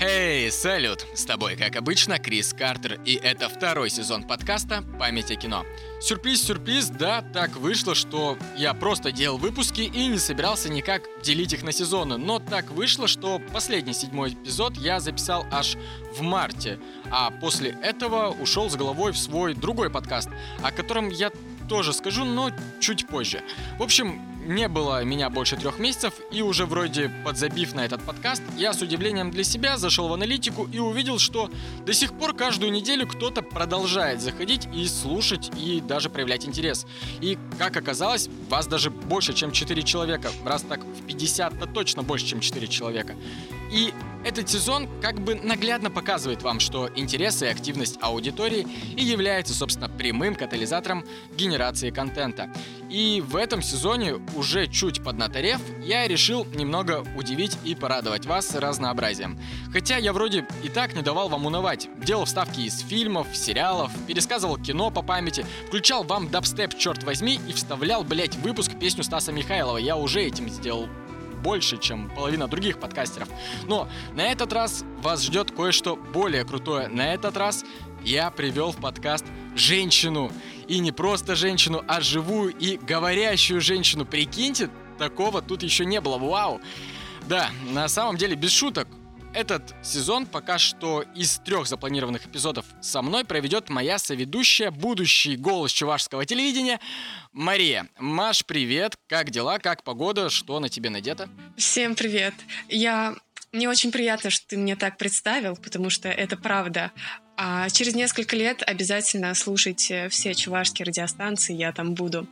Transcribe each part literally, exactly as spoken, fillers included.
Эй, салют! С тобой, как обычно, Крис Картер, и это второй сезон подкаста «Память о кино». Сюрприз-сюрприз, да, так вышло, что я просто делал выпуски и не собирался никак делить их на сезоны, но так вышло, что последний седьмой эпизод я записал аж в марте, а после этого ушел с головой в свой другой подкаст, о котором я тоже скажу, но чуть позже. В общем, не было меня больше трех месяцев, и уже вроде подзабив на этот подкаст, я с удивлением для себя зашел в аналитику и увидел, что до сих пор каждую неделю кто-то продолжает заходить и слушать, и даже проявлять интерес. И, как оказалось, вас даже больше, чем четыре человека. Раз так в пятьдесят, то точно больше, чем четыре человека. И этот сезон как бы наглядно показывает вам, что интерес и активность аудитории и является, собственно, прямым катализатором генерации контента. И в этом сезоне, уже чуть поднаторев, я решил немного удивить и порадовать вас разнообразием. Хотя я вроде и так не давал вам унывать. Делал вставки из фильмов, сериалов, пересказывал кино по памяти, включал вам дабстеп, черт возьми, и вставлял, блять, в выпуск песню Стаса Михайлова. Я уже этим сделал больше, чем половина других подкастеров. Но на этот раз вас ждет кое-что более крутое. На этот раз я привел в подкаст женщину. И не просто женщину, а живую и говорящую женщину. Прикиньте, такого тут еще не было. Вау! Да, на самом деле, без шуток, этот сезон пока что из трех запланированных эпизодов со мной проведет моя соведущая, будущий голос чувашского телевидения, Мария. Маш, привет! Как дела? Как погода? Что на тебе надето? Всем привет! Я... Мне очень приятно, что ты меня так представил, потому что это правда. А через несколько лет обязательно слушайте все чувашские радиостанции, я там буду.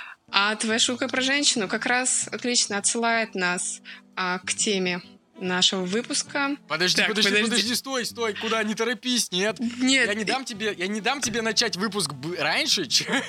А твоя шутка про женщину как раз отлично отсылает нас а, к теме нашего выпуска. Подожди, так, подожди, подожди, подожди, стой, стой, куда, не торопись, нет. Нет. Я не дам тебе, я не дам тебе начать выпуск раньше,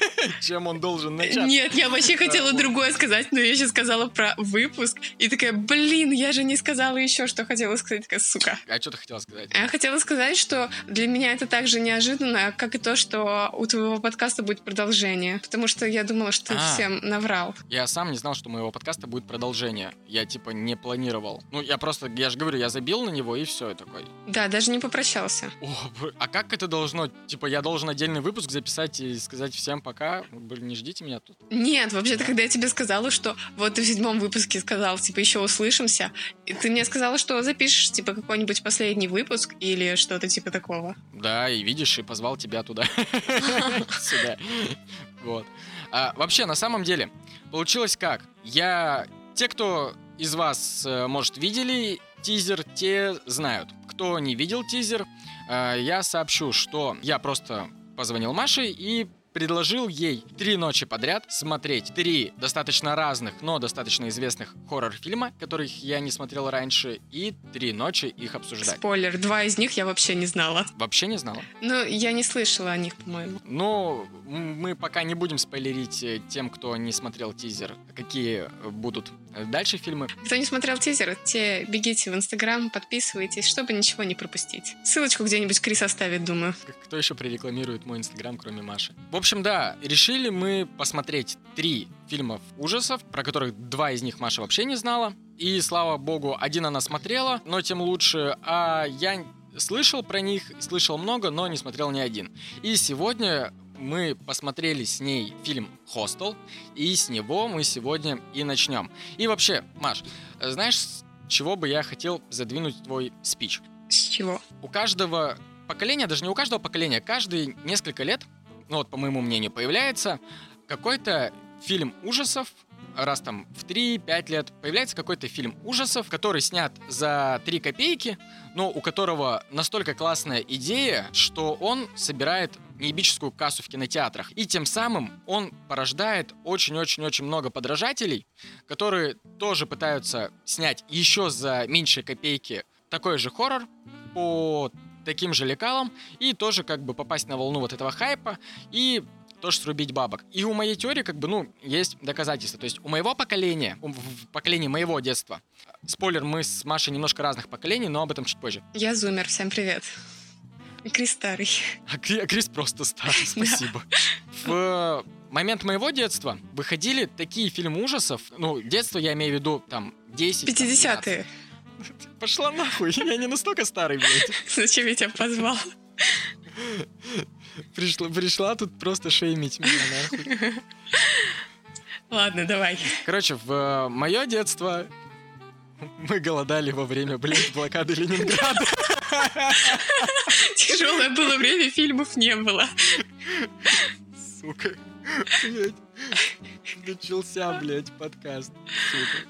чем он должен начаться. Нет, я вообще хотела другое сказать, но я сейчас сказала про выпуск, и такая, блин, я же не сказала еще, что хотела сказать, такая, сука. А что ты хотела сказать? Я хотела сказать, что для меня это так же неожиданно, как и то, что у твоего подкаста будет продолжение, потому что я думала, что ты всем наврал. Я сам не знал, что у моего подкаста будет продолжение. Я, типа, не планировал. Ну, я просто Я же говорю, я забил на него, и все, и такой. Да, даже не попрощался. О, а как это должно? Типа, я должен отдельный выпуск записать и сказать всем пока? Блин, не ждите меня тут. Нет, вообще-то, когда я тебе сказала, что вот ты в седьмом выпуске сказал, типа, еще услышимся, и ты мне сказала, что запишешь, типа, какой-нибудь последний выпуск или что-то типа такого. Да, и видишь, и позвал тебя туда. Сюда. Вот. Вообще, на самом деле, получилось как? Я... Те, кто из вас, может, видели тизер, те знают. Кто не видел тизер, я сообщу, что я просто позвонил Маше и предложил ей три ночи подряд смотреть три достаточно разных, но достаточно известных хоррор-фильма, которых я не смотрел раньше, и три ночи их обсуждать. Спойлер, два из них я вообще не знала. Вообще не знала? Ну, я не слышала о них, по-моему. Ну, мы пока не будем спойлерить тем, кто не смотрел тизер, какие будут дальше фильмы. Кто не смотрел тизер, те бегите в Инстаграм, подписывайтесь, чтобы ничего не пропустить. Ссылочку где-нибудь Крис оставит, думаю. Кто еще прорекламирует мой Инстаграм, кроме Маши? В общем, да, решили мы посмотреть три фильма ужасов, про которых два из них Маша вообще не знала. И, слава богу, один она смотрела, но тем лучше, а я слышал про них, слышал много, но не смотрел ни один. И сегодня мы посмотрели с ней фильм «Хостел», и с него мы сегодня и начнем. И вообще, Маш, знаешь, с чего бы я хотел задвинуть твой спич? С чего? У каждого поколения, даже не у каждого поколения, каждые несколько лет, ну вот по моему мнению, появляется какой-то фильм ужасов, раз там в три-пять лет появляется какой-то фильм ужасов, который снят за три копейки, но у которого настолько классная идея, что он собирает неебическую кассу в кинотеатрах. И тем самым он порождает очень-очень-очень много подражателей, которые тоже пытаются снять еще за меньшие копейки такой же хоррор по таким же лекалам и тоже как бы попасть на волну вот этого хайпа и тоже срубить бабок. И у моей теории как бы, ну, есть доказательства. То есть у моего поколения, у, в поколении моего детства, спойлер, мы с Машей немножко разных поколений, но об этом чуть позже. Я зумер, всем привет. Крис старый. А, Кри, а Крис просто старый, спасибо. В момент моего детства выходили такие фильмы ужасов, ну, детство я имею в виду, там, десять... пятидесятые. Пошла нахуй, я не настолько старый, блядь. Зачем я тебя позвал? Пришла, пришла тут просто шеймить меня, нахуй. Ладно, давай. Короче, в мое детство мы голодали во время, блядь, блокады Ленинграда. Тяжелое было время, фильмов не было. Сука. Блядь. Начался, блядь, подкаст. Сука.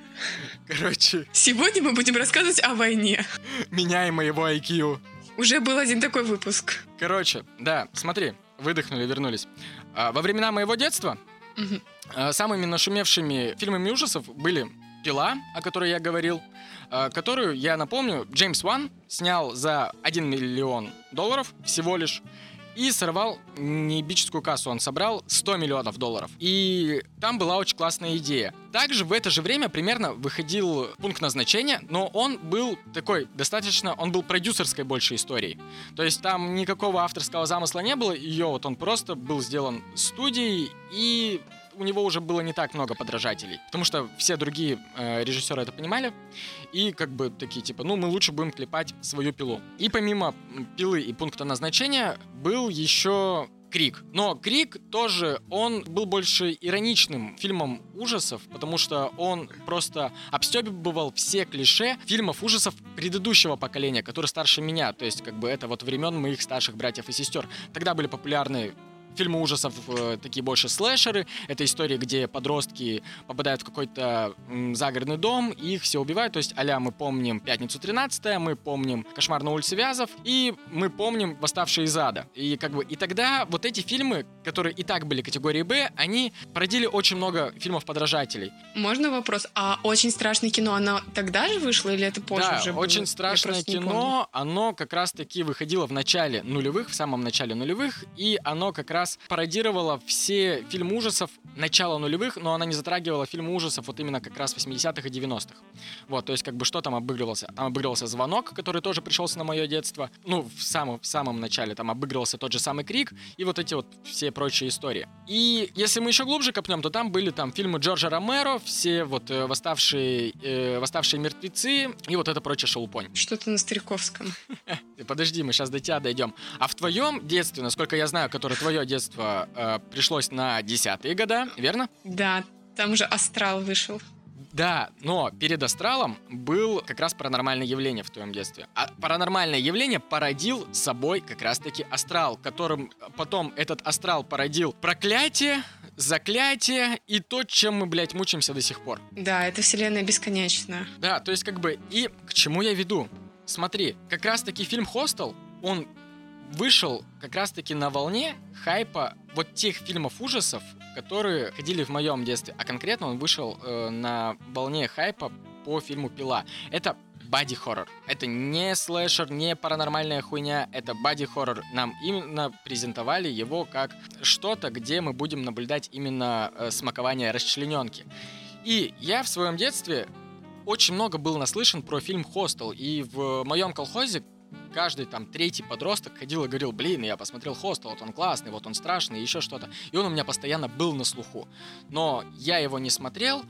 Короче. Сегодня мы будем рассказывать о войне. Меня и моего ай кью. Уже был один такой выпуск. Короче, да, смотри, выдохнули, вернулись. А, во времена моего детства угу. а, самыми нашумевшими фильмами ужасов были «Пила», о которой я говорил, а, которую, я напомню, Джеймс Ван снял за один миллион долларов всего лишь. И сорвал неебическую кассу. Он собрал сто миллионов долларов. И там была очень классная идея. Также в это же время примерно выходил «Пункт назначения», но он был такой достаточно... Он был продюсерской больше историей. То есть там никакого авторского замысла не было. Ее вот он просто был сделан студией, и у него уже было не так много подражателей. Потому что все другие э, режиссеры это понимали. И как бы такие типа, ну мы лучше будем клепать свою «Пилу». И помимо «Пилы» и «Пункта назначения» был еще «Крик». Но «Крик» тоже, он был больше ироничным фильмом ужасов, потому что он просто обстебывал все клише фильмов ужасов предыдущего поколения, которые старше меня. То есть как бы это вот времен моих старших братьев и сестер. Тогда были популярны фильмы ужасов, э, такие больше слэшеры. Это истории, где подростки попадают в какой-то м, загородный дом, и их все убивают. То есть а-ля мы помним «Пятницу тринадцатое», мы помним «Кошмар на улице Вязов», и мы помним «Восставшие из ада». И как бы и тогда вот эти фильмы, которые и так были категории «Б», они породили очень много фильмов-подражателей. Можно вопрос? А «Очень страшное кино», оно тогда же вышло или это позже да, уже было? «Очень страшное кино», оно как раз-таки выходило в начале нулевых, в самом начале нулевых, и оно как раз пародировала все фильмы ужасов начала нулевых, но она не затрагивала фильмы ужасов вот именно как раз восьмидесятых и девяностых. Вот, то есть как бы что там обыгрывался? Там обыгрывался «Звонок», который тоже пришелся на мое детство. Ну, в самом, в самом начале там обыгрывался тот же самый «Крик» и вот эти вот все прочие истории. И если мы еще глубже копнем, то там были там фильмы Джорджа Ромеро, все вот э, восставшие, э, восставшие мертвецы и вот это прочее шелупонь. Что-то на Стариковском. Подожди, мы сейчас до тебя дойдем. А в твоем детстве, насколько я знаю, которое твое детство э, пришлось на десятые года, верно? Да, там же «Астрал» вышел. Да, но перед «Астралом» был как раз «Паранормальное явление» в твоем детстве. А «Паранормальное явление» породил собой как раз-таки «Астрал», которым потом этот «Астрал» породил «Проклятие», «Заклятие» и то, чем мы, блядь, мучаемся до сих пор. Да, эта вселенная бесконечна. Да, то есть как бы и к чему я веду? Смотри, как раз-таки фильм «Хостел», он вышел как раз-таки на волне хайпа вот тех фильмов ужасов, которые ходили в моем детстве. А конкретно он вышел э, на волне хайпа по фильму «Пила». Это боди-хоррор. Это не слэшер, не паранормальная хуйня. Это боди-хоррор. Нам именно презентовали его как что-то, где мы будем наблюдать именно э, смакование расчлененки. И я в своем детстве очень много был наслышан про фильм «Хостел». И в моем колхозе каждый там третий подросток ходил и говорил: блин, я посмотрел «Хостел», вот он классный, вот он страшный, еще что-то. И он у меня постоянно был на слуху. Но я его не смотрел,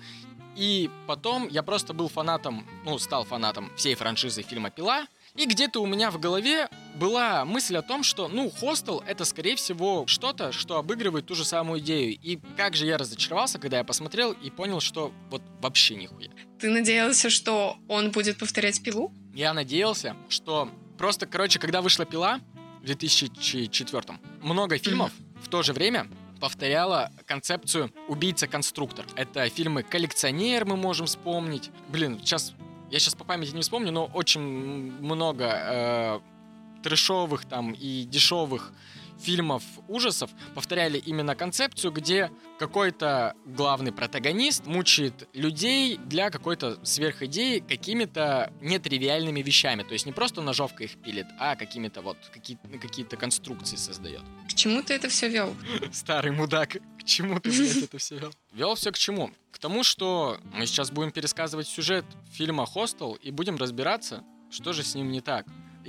и потом я просто был фанатом, ну, стал фанатом всей франшизы фильма «Пила». И где-то у меня в голове была мысль о том, что, ну, «Хостел» — это, скорее всего, что-то, что обыгрывает ту же самую идею. И как же я разочаровался, когда я посмотрел и понял, что вот вообще нихуя. Ты надеялся, что он будет повторять «Пилу»? Я надеялся, что просто, короче, когда вышла «Пила» в две тысячи четвёртом, много фильмов mm-hmm. в то же время повторяла концепцию «убийца-конструктор». Это фильмы «Коллекционер» мы можем вспомнить. Блин, сейчас... Я сейчас по памяти не вспомню, но очень много э, трэшовых там и дешевых фильмов ужасов повторяли именно концепцию, где какой-то главный протагонист мучает людей для какой-то сверхидеи какими-то нетривиальными вещами. То есть не просто ножовкой их пилит, а какими-то вот какие- какие-то конструкции создает. К чему ты это все вел? Старый мудак, к чему ты, блядь, это все вел? Вел все к чему? К тому, что мы сейчас будем пересказывать сюжет фильма «Хостел» и будем разбираться, что же с ним не так.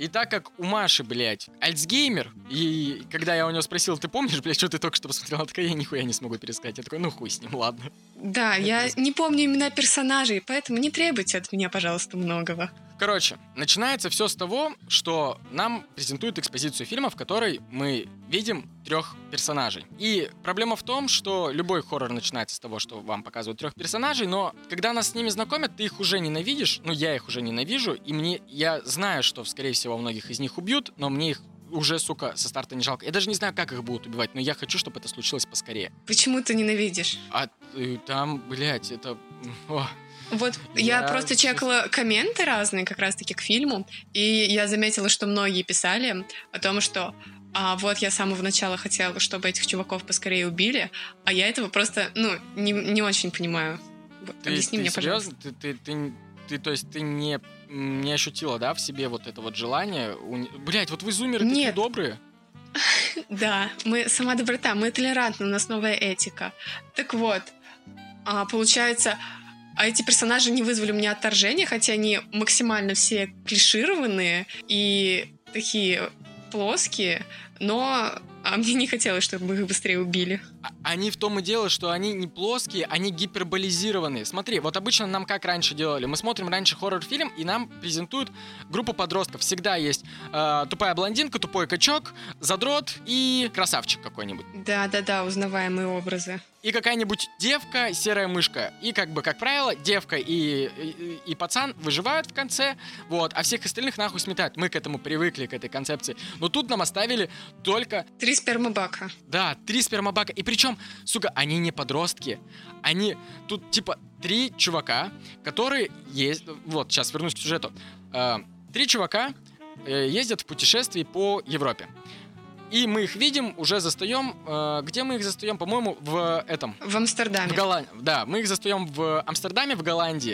И так как у Маши, блядь, альцгеймер, и когда я у нее спросил, ты помнишь, блядь, что ты только что посмотрела, такая, я нихуя не смогу пересказать. Я такой, ну хуй с ним, ладно. Да, я не помню имена персонажей, поэтому не требуйте от меня, пожалуйста, многого. Короче, начинается все с того, что нам презентуют экспозицию фильма, в которой мы видим трех персонажей. И проблема в том, что любой хоррор начинается с того, что вам показывают трех персонажей, но когда нас с ними знакомят, ты их уже ненавидишь, ну я их уже ненавижу, и мне, я знаю, что, скорее всего, многих из них убьют, но мне их уже, сука, со старта не жалко. Я даже не знаю, как их будут убивать, но я хочу, чтобы это случилось поскорее. Почему ты ненавидишь? А э, там, блядь, это... О. Вот я, я просто чекала комменты разные как раз-таки к фильму, и я заметила, что многие писали о том, что а, вот я с самого начала хотела, чтобы этих чуваков поскорее убили, а я этого просто, ну, не, не очень понимаю. Вот, ты, объясни ты мне, серьезно? пожалуйста. Ты, ты, ты, ты, то есть ты не, не ощутила, да, в себе вот это вот желание? Блять, вот вы зумеры такие добрые. Да, мы сама доброта, мы толерантны, у нас новая этика. Так вот, получается... А эти персонажи не вызвали у меня отторжения, хотя они максимально все клишированные и такие плоские, но а мне не хотелось, чтобы их быстрее убили. Они в том и дело, что они не плоские, они гиперболизированные. Смотри, вот обычно нам как раньше делали? Мы смотрим раньше хоррор-фильм, и нам презентуют группу подростков. Всегда есть э, тупая блондинка, тупой качок, задрот и красавчик какой-нибудь. Да-да-да, узнаваемые образы. И какая-нибудь девка, серая мышка. И как бы, как правило, девка и, и, и пацан выживают в конце, вот, а всех остальных нахуй сметают. Мы к этому привыкли, к этой концепции. Но тут нам оставили только... Три спермобака. Да, три спермобака. И причем, сука, они не подростки. Они... Тут, типа, три чувака, которые есть... Вот, сейчас вернусь к сюжету. Э, три чувака э, ездят в путешествии по Европе. И мы их видим, уже застаем... Э, где мы их застаем? По-моему, в этом... В Амстердаме. В Голланд... Да, мы их застаем в Амстердаме, в Голландии.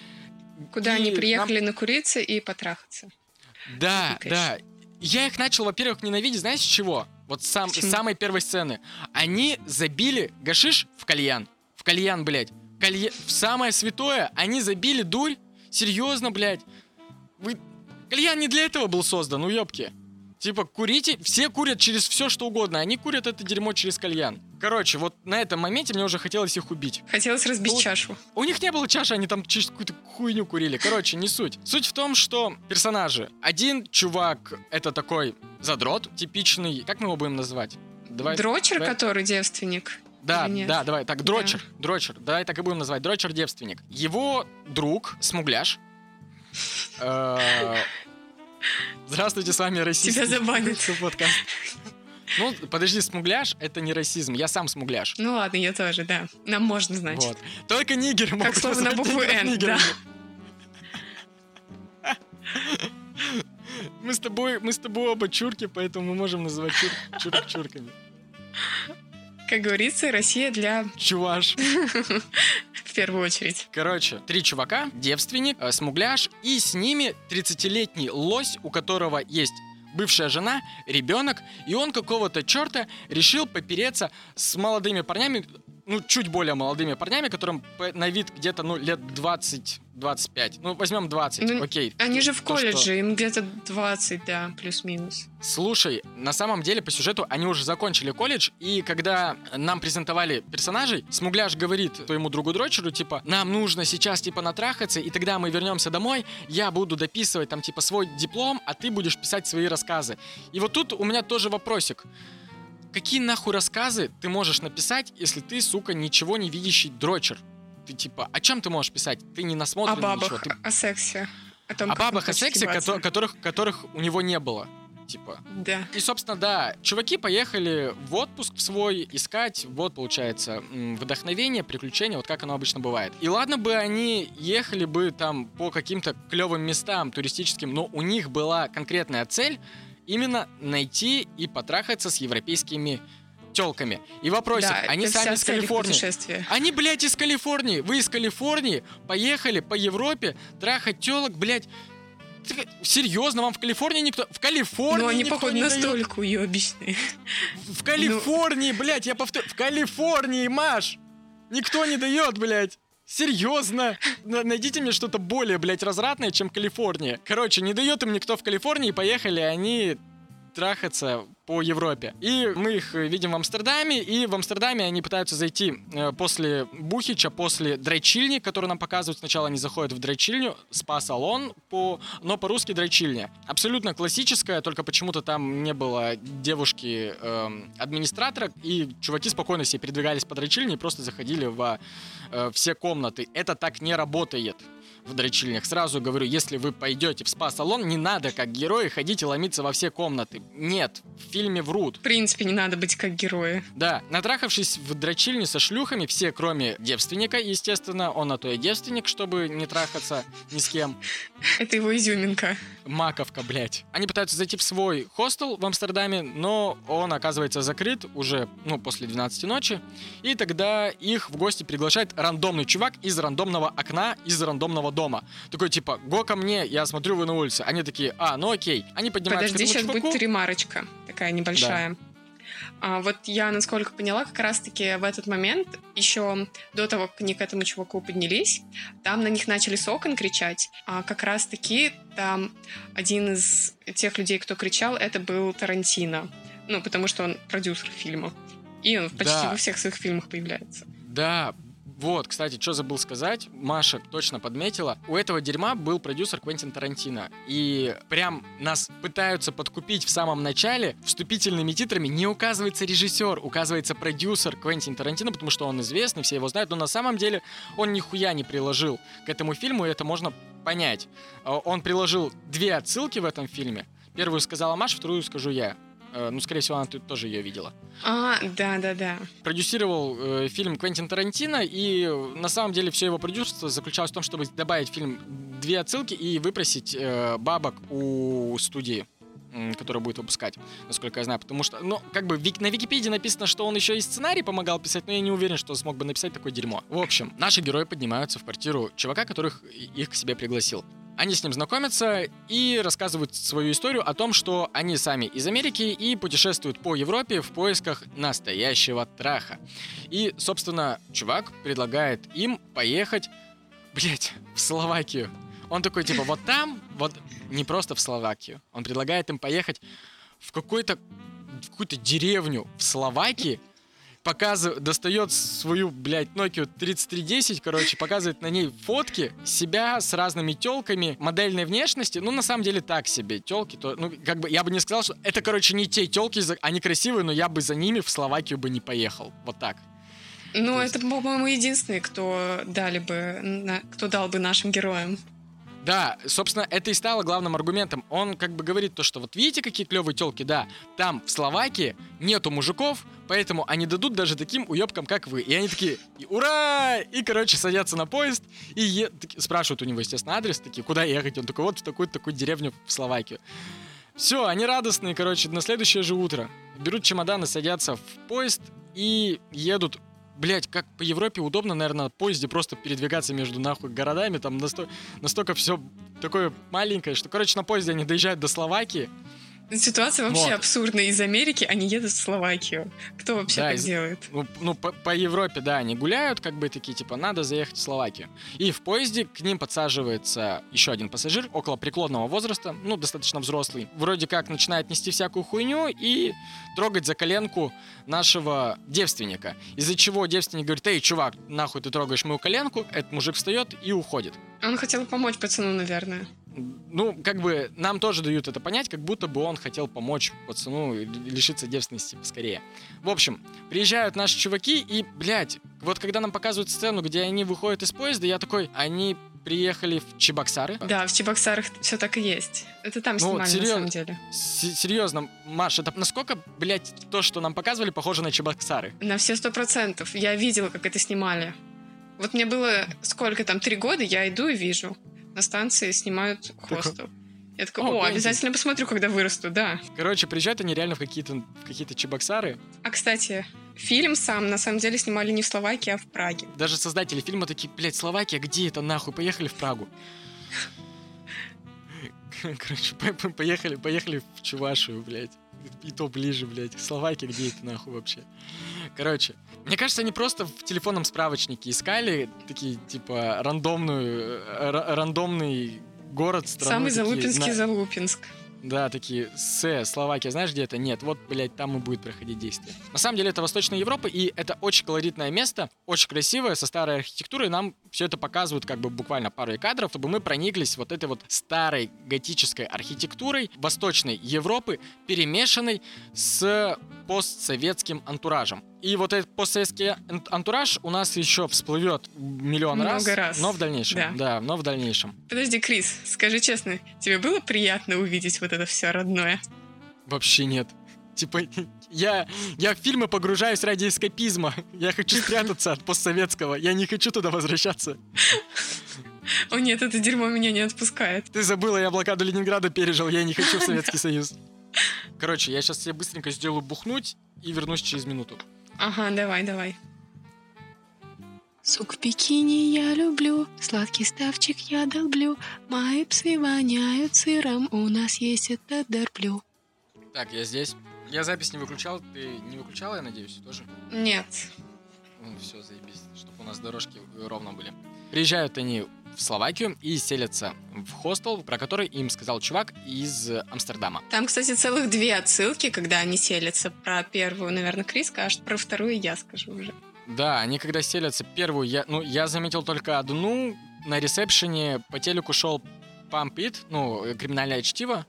Куда и они приехали нам... накуриться и потрахаться. Да, да. Я их начал, во-первых, ненавидеть, знаете, с чего? Вот сам, с самой первой сцены. Они забили гашиш в кальян. В кальян, блядь. Калья... В самое святое они забили дурь. Серьезно, блядь. Вы... Кальян не для этого был создан, ну ёбки. Типа, курите, все курят через все, что угодно. Они курят это дерьмо через кальян. Короче, вот на этом моменте мне уже хотелось их убить. Хотелось разбить Тут... чашу. У них не было чаши, они там через какую-то хуйню курили. Короче, не суть. Суть в том, что персонажи. Один чувак, это такой задрот, типичный... Как мы его будем называть? Давай... Дрочер, давай... который девственник? Да, да, давай. Так, дрочер. Да. Дрочер. Давай так и будем называть. Дрочер-девственник. Его друг, смугляш. Здравствуйте, с вами расист. Тебя забанят. Подкаст. Ну, подожди, смугляш — это не расизм. Я сам смугляш. Ну ладно, я тоже, да. Нам можно, значит. Вот. Только нигеры могут как слово на букву «Н», да. Мы с тобой, мы с тобой оба чурки, поэтому мы можем называть чур, чурок чурками. Как говорится, Россия для... Чуваш. В первую очередь. Короче, три чувака, девственник, э, смугляш, и с ними тридцатилетний лось, у которого есть бывшая жена, ребенок, и он какого-то черта решил попереться с молодыми парнями, ну, чуть более молодыми парнями, которым на вид где-то, ну, лет двадцать-двадцать пять. Ну, возьмем двадцать, ну, окей. Они же в То, колледже, что... им где-то двадцать, да, плюс-минус. Слушай, на самом деле, по сюжету, они уже закончили колледж, и когда нам презентовали персонажей, смугляш говорит твоему другу Дрочеру, типа, нам нужно сейчас, типа, натрахаться, и тогда мы вернемся домой, я буду дописывать, там, типа, свой диплом, а ты будешь писать свои рассказы. И вот тут у меня тоже вопросик. Какие нахуй рассказы ты можешь написать, если ты, сука, ничего не видящий дрочер? Ты типа, о чем ты можешь писать? Ты не насмотрен ничего. О бабах, ничего. Ты... о сексе. О, том, о бабах, о сексе, ко- которых, которых у него не было. Типа. Да. И, собственно, да, чуваки поехали в отпуск в свой искать, вот, получается, вдохновение, приключения, вот как оно обычно бывает. И ладно бы они ехали бы там по каким-то клевым местам туристическим, но у них была конкретная цель — именно найти и потрахаться с европейскими тёлками. И вопросик, да, они сами из Калифорнии. Они, блядь, из Калифорнии. Вы из Калифорнии поехали по Европе трахать тёлок, блядь. Серьезно, вам в Калифорнии никто... В Калифорнии Ну, они, никто походу, не настолько дает. уёбищные. В Калифорнии, ну... блядь, я повторю. В Калифорнии, Маш! Никто не дает, блядь. Серьезно? Найдите мне что-то более, блядь, развратное, чем Калифорния. Короче, не дает им никто в Калифорнии, поехали они трахаться по Европе. И мы их видим в Амстердаме, и в Амстердаме они пытаются зайти э, после Бухича, после драйчильни, который нам показывают. Сначала они заходят в драйчильню, спа-салон, по... но по-русски драйчильня. Абсолютно классическая, только почему-то там не было девушки-администратора, э, и чуваки спокойно себе передвигались по драйчильне и просто заходили во э, все комнаты. Это так не работает в дрочильнях. Сразу говорю, если вы пойдете в спа-салон, не надо, как герои, ходить и ломиться во все комнаты. Нет, в фильме врут. В принципе, не надо быть как герои. Да, натрахавшись в дрочильне со шлюхами, все, кроме девственника, естественно, он на то и девственник, чтобы не трахаться ни с кем. Это его изюминка. Маковка, блядь. Они пытаются зайти в свой хостел в Амстердаме, но он оказывается закрыт уже, ну, после двенадцати ночи. И тогда их в гости приглашает рандомный чувак из рандомного окна, из рандомного дома. Такой, типа, го ко мне, я смотрю, вы на улице. Они такие, а, ну окей. Они поднимаются Подожди, к этому сейчас чуваку. будет ремарочка такая небольшая. Да. А, вот я, насколько поняла, как раз-таки в этот момент, еще до того, как они к этому чуваку поднялись, там на них начали с окон кричать. А как раз-таки там один из тех людей, кто кричал, это был Тарантино. Ну, потому что он продюсер фильма. И он почти да. во всех своих фильмах появляется. Да, вот, кстати, что забыл сказать, Маша точно подметила, у этого дерьма был продюсер Квентин Тарантино, и прям нас пытаются подкупить в самом начале, вступительными титрами не указывается режиссер, указывается продюсер Квентин Тарантино, потому что он известный, все его знают, но на самом деле он нихуя не приложил к этому фильму, и это можно понять. Он приложил две отсылки в этом фильме, первую сказала Маша, вторую скажу я. Ну, скорее всего, она тут тоже ее видела. А, да-да-да. Продюсировал э, фильм Квентин Тарантино, и на самом деле все его продюсерство заключалось в том, чтобы добавить в фильм две отсылки и выпросить э, бабок у студии, э, которая будет выпускать, насколько я знаю. Потому что, ну, как бы вик- на Википедии написано, что он еще и сценарий помогал писать, но я не уверен, что смог бы написать такое дерьмо. В общем, наши герои поднимаются в квартиру чувака, которых их к себе пригласил. Они с ним знакомятся и рассказывают свою историю о том, что они сами из Америки и путешествуют по Европе в поисках настоящего траха. И, собственно, чувак предлагает им поехать, блять, в Словакию. Он такой, типа, вот там, вот не просто в Словакию. Он предлагает им поехать в какой-то, в какую-то деревню в Словакии, показывает, достает свою, блядь, Nokia тридцать три десять, короче, показывает на ней фотки себя с разными тёлками модельной внешности. Ну, на самом деле, так себе. Тёлки, то, ну, как бы, я бы не сказал, что это, короче, не те тёлки, они красивые, но я бы за ними в Словакию бы не поехал. Вот так. Ну, то это, есть... по-моему, единственный, кто дали бы, кто дал бы нашим героям. Да, собственно, это и стало главным аргументом. Он как бы говорит то, что вот видите, какие клевые тёлки, да, там в Словакии нету мужиков, поэтому они дадут даже таким уёбкам, как вы. И они такие, ура! И, короче, садятся на поезд и е... спрашивают у него, естественно, адрес, такие, куда ехать? Он такой, вот в такую-такую деревню в Словакию. Все, они радостные, короче, на следующее же утро берут чемоданы, садятся в поезд и едут. Блять, как по Европе удобно, наверное, на поезде просто передвигаться между нахуй городами. Там насто... настолько все такое маленькое, что, короче, на поезде они доезжают до Словакии. Ситуация вообще вот. Абсурдная. Из Америки они едут в Словакию. Кто вообще да, так из... делает? Ну, ну по, по Европе, да, они гуляют, как бы такие, типа, надо заехать в Словакию. И в поезде к ним подсаживается еще один пассажир, около преклонного возраста, ну, достаточно взрослый. Вроде как начинает нести всякую хуйню и трогать за коленку нашего девственника. Из-за чего девственник говорит, эй, чувак, нахуй ты трогаешь мою коленку? Этот мужик встает и уходит. Он хотел помочь пацану, наверное. Ну, как бы нам тоже дают это понять, как будто бы он хотел помочь пацану лишиться девственности скорее. В общем, приезжают наши чуваки и, блядь, вот когда нам показывают сцену, где они выходят из поезда, я такой, они приехали в Чебоксары. Да, в Чебоксарах все так и есть. Это там снимали, ну, серьез... на самом деле. С- серьезно, Маш, это насколько, блядь, то, что нам показывали, похоже на Чебоксары? На все сто процентов. Я видела, как это снимали. Вот мне было сколько там, три года, я иду и вижу. На станции снимают хостел. Я такая, о, о обязательно посмотрю, когда вырасту, да. Короче, приезжают они реально в какие-то, в какие-то Чебоксары. А, кстати, фильм сам, на самом деле, снимали не в Словакии, а в Праге. Даже создатели фильма такие, блядь, Словакия, где это нахуй? Поехали в Прагу. Короче, поехали, поехали в Чувашию, блядь. И то ближе, блядь. Словакия, где это нахуй вообще? Короче, мне кажется, они просто в телефонном справочнике искали такие, типа, рандомную, р- рандомный город, страну. Самый такие, Залупинский на- Залупинск. Да, такие, С, Словакия, знаешь, где это? Нет, вот, блядь, там и будет проходить действие. На самом деле, это Восточная Европа, и это очень колоритное место, очень красивое, со старой архитектурой. Нам все это показывают как бы буквально парой кадров, чтобы мы прониклись вот этой вот старой готической архитектурой Восточной Европы, перемешанной с постсоветским антуражем. И вот этот постсоветский антураж у нас еще всплывет миллион Много раз, раз. но в дальнейшем. Да. Да, но в дальнейшем. Подожди, Крис, скажи честно, тебе было приятно увидеть вот это все родное? Вообще нет. Типа, я, я в фильмы погружаюсь ради эскапизма. Я хочу спрятаться от постсоветского. Я не хочу туда возвращаться. О нет, это дерьмо меня не отпускает. Ты забыла, я блокаду Ленинграда пережил. Я не хочу в Советский Союз. Короче, я сейчас себе быстренько сделаю бухнуть и вернусь через минуту. Ага, давай, давай. Сук в бикини я люблю, сладкий ставчик я долблю, мои псы воняют сыром, у нас есть этот дерблю. Так, я здесь. Я запись не выключал. Ты не выключала, я надеюсь, тоже? Нет. Ну, все, заебись, чтобы у нас дорожки ровно были. Приезжают они в Словакию и селятся в хостел, про который им сказал чувак из Амстердама. Там, кстати, целых две отсылки, когда они селятся. Про первую, наверное, Крис скажет, про вторую я скажу уже. Да, они когда селятся, первую, я, ну, я заметил только одну. На ресепшене по телеку шел Pump It, ну, криминальное чтиво.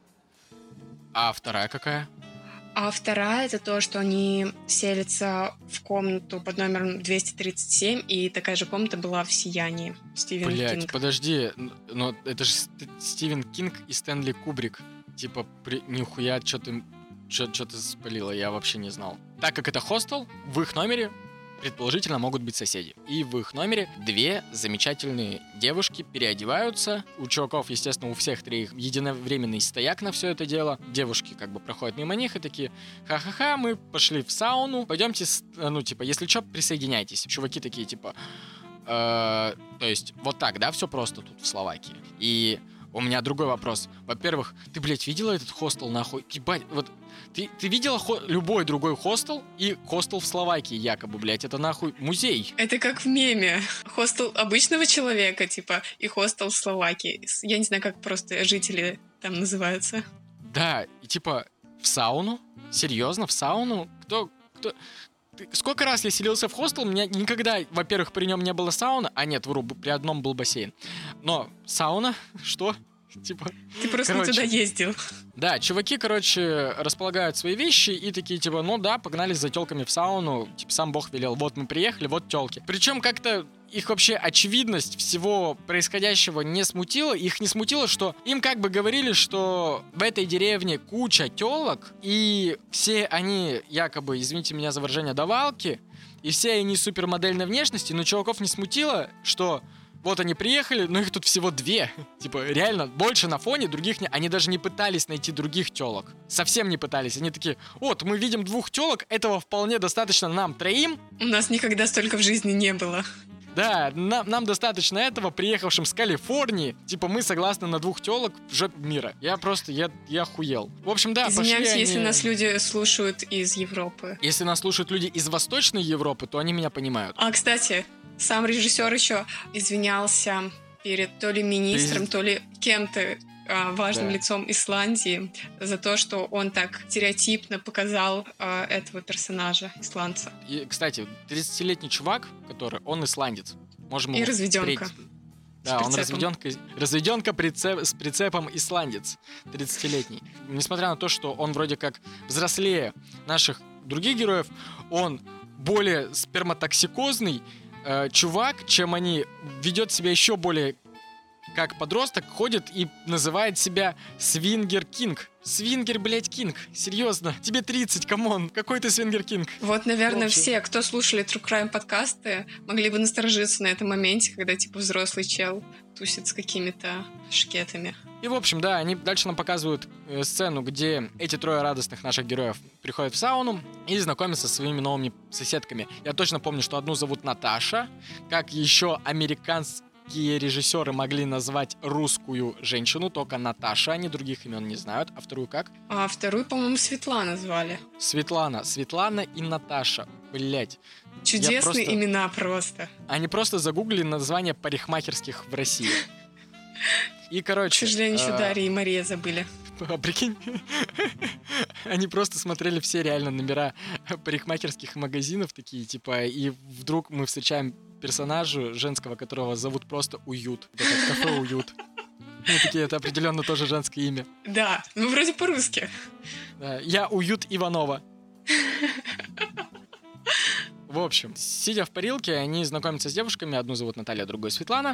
А вторая какая? А вторая — это то, что они селятся в комнату под номером двести тридцать семь, и такая же комната была в «Сиянии» Стивен Блять, Кинг. подожди, но это же Стивен Кинг и Стэнли Кубрик. Типа, при... нихуя, что ты, что ты спалила, я вообще не знал. Так как это хостел, в их номере предположительно могут быть соседи. И в их номере две замечательные девушки переодеваются. У чуваков, естественно, у всех троих единовременный стояк на все это дело. Девушки как бы проходят мимо них и такие: ха-ха-ха, мы пошли в сауну, пойдемте, ну, типа, если что, присоединяйтесь. Чуваки такие, типа, э, то есть, вот так, да, все просто тут в Словакии. И у меня другой вопрос. Во-первых, ты, блядь, видела этот хостел, нахуй? Ебать, вот, ты, ты видела хо- любой другой хостел и хостел в Словакии, якобы, блядь, это нахуй музей. Это как в меме. Хостел обычного человека, типа, и хостел в Словакии. Я не знаю, как просто жители там называются. Да, и типа, в сауну? Серьезно, в сауну? Кто, кто... Ты- Сколько раз я селился в хостел, у меня никогда, во-первых, при нем не было сауны, а нет, вру, при одном был бассейн. Но сауна? Что? Типа... Ты просто Короче. не туда ездил. Да, чуваки, короче, располагают свои вещи и такие, типа, ну да, погнали за телками в сауну, типа, сам Бог велел, вот мы приехали, вот телки. Причем как-то их вообще очевидность всего происходящего не смутила, их не смутило, что им как бы говорили, что в этой деревне куча телок, и все они якобы, извините меня за выражение, давалки, и все они супермодельной внешности, но чуваков не смутило, что... Вот они приехали, но их тут всего две. Типа, реально, больше на фоне других не... Они даже не пытались найти других телок. Совсем не пытались. Они такие: вот, мы видим двух телок, этого вполне достаточно нам троим. У нас никогда столько в жизни не было. Да, нам, нам достаточно этого, приехавшим с Калифорнии. Типа, мы согласны на двух телок в жопе мира. Я просто, я, я охуел. В общем, да, Извиняюсь, пошли если они... нас люди слушают из Европы. Если нас слушают люди из Восточной Европы, то они меня понимают. А, кстати, сам режиссер еще извинялся перед то ли министром, Президент. то ли кем-то а, важным Да. лицом Исландии за то, что он так стереотипно показал а, этого персонажа, исландца. И, кстати, тридцатилетний чувак, который, он исландец. Можем И его разведенка. встретить. Да, он прицепом. разведенка, разведенка прицеп, с прицепом исландец, тридцатилетний. Несмотря на то, что он вроде как взрослее наших других героев, он более сперматоксикозный э, чувак, чем они, ведет себя еще более как подросток, ходит и называет себя Свингер Кинг. Свингер, блядь, Кинг. Серьезно. Тебе тридцать, камон. Какой ты Свингер Кинг? Вот, наверное, Вообще. все, кто слушали True Crime подкасты, могли бы насторожиться на этом моменте, когда, типа, взрослый чел тусит с какими-то шкетами. И, в общем, да, они дальше нам показывают э, сцену, где эти трое радостных наших героев приходят в сауну и знакомятся со своими новыми соседками. Я точно помню, что одну зовут Наташа, как еще американский многие режиссеры могли назвать русскую женщину, только Наташа, они других имен не знают. А вторую как? А вторую, по-моему, Светлана звали. Светлана. Светлана и Наташа. Блять. Чудесные просто... имена просто. Они просто загуглили название парикмахерских в России. И, короче... К сожалению, еще а... Дарья и Мария забыли. А прикинь, они просто смотрели все реально номера парикмахерских магазинов такие, типа, и вдруг мы встречаем персонажа женского, которого зовут просто Уют. Это кафе Уют. Мы такие, это определенно тоже женское имя. Да, ну вроде по-русски. Да, я Уют Иванова. В общем, сидя в парилке, они знакомятся с девушками. Одну зовут Наталья, другую Светлана.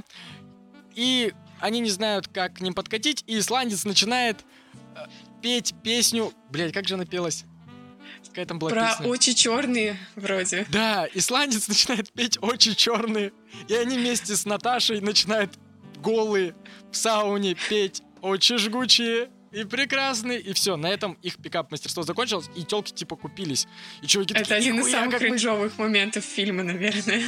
И они не знают, как к ним подкатить. И исландец начинает э, петь песню... Блядь, как же она пелась? Какая там была Про песня? очи черные вроде. Да, исландец начинает петь «Очи черные». И они вместе с Наташей начинают голые в сауне петь «Очи жгучие». И прекрасный, и все. На этом их пикап-мастерство закончилось, и телки типа купились. И чуваки Это такие, один из «Нихуя, самых как мы...» кринжовых моментов фильма, наверное.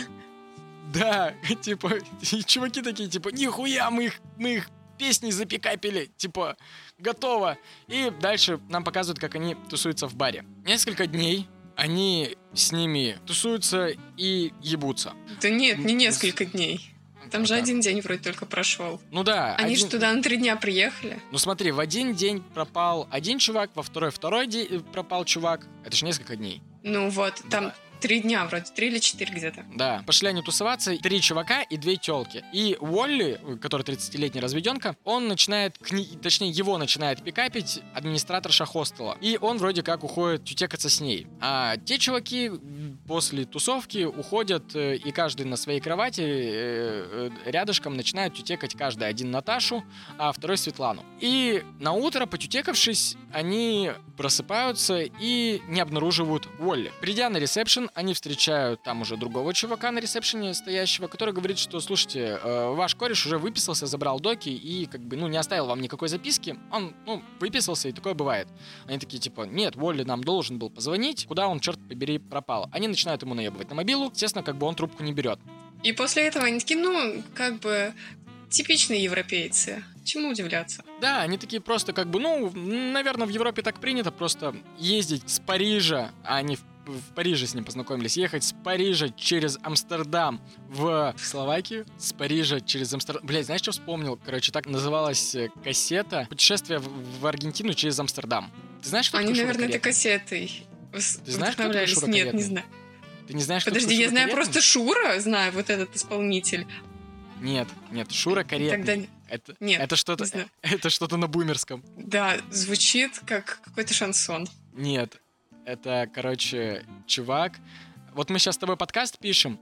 Да, типа, и чуваки такие, типа, нихуя, мы их, мы их песни запикапили, типа, готово. И дальше нам показывают, как они тусуются в баре. Несколько дней они с ними тусуются и ебутся. Да нет, не несколько дней. Там же Так. один день вроде только прошел. Ну да. Они один... же туда на три дня приехали. Ну смотри, в один день пропал один чувак, во второй второй день пропал чувак. Это же несколько дней. Ну вот, там Да. три дня вроде, три или четыре где-то. Да, пошли они тусоваться, три чувака и две телки. И Уолли, который тридцатилетний разведенка, он начинает, кни... точнее его начинает пикапить администраторша хостела. И он вроде как уходит тютекаться с ней. А те чуваки после тусовки уходят, э, и каждый на своей кровати э, э, рядышком начинают тютекать каждый. Один Наташу, а второй Светлану. И на утро, потютекавшись, они просыпаются и не обнаруживают Уолли. Придя на ресепшн, они встречают там уже другого чувака на ресепшене стоящего, который говорит, что, слушайте, э, ваш кореш уже выписался, забрал доки и как бы, ну, не оставил вам никакой записки. Он, ну, выписался, и такое бывает. Они такие, типа, нет, Уолли нам должен был позвонить, куда он, черт побери, пропал. Они начинают ему наебывать на мобилу, естественно, как бы он трубку не берет. И после этого они такие, ну, как бы, типичные европейцы. Чему удивляться? Да, они такие просто как бы, ну, наверное, в Европе так принято просто ездить с Парижа, а они в в Париже с ним познакомились, ехать с Парижа через Амстердам в Словакию, с Парижа через Амстердам. Блядь, знаешь, что вспомнил? Короче, так называлась кассета «Путешествие в, в Аргентину через Амстердам». Ты знаешь, что Они, такое наверное, Шура этой кассетой Ты знаешь, кто такой Шура Нет, не знаю. Ты не знаешь, что Подожди, такое я знаю Шура просто Шура, знаю вот этот исполнитель. Нет, нет, Шура Каретный. Тогда это, нет, это что-то, это что-то на бумерском. Да, звучит как какой-то шансон. Нет, это, короче, чувак. Вот мы сейчас с тобой подкаст пишем,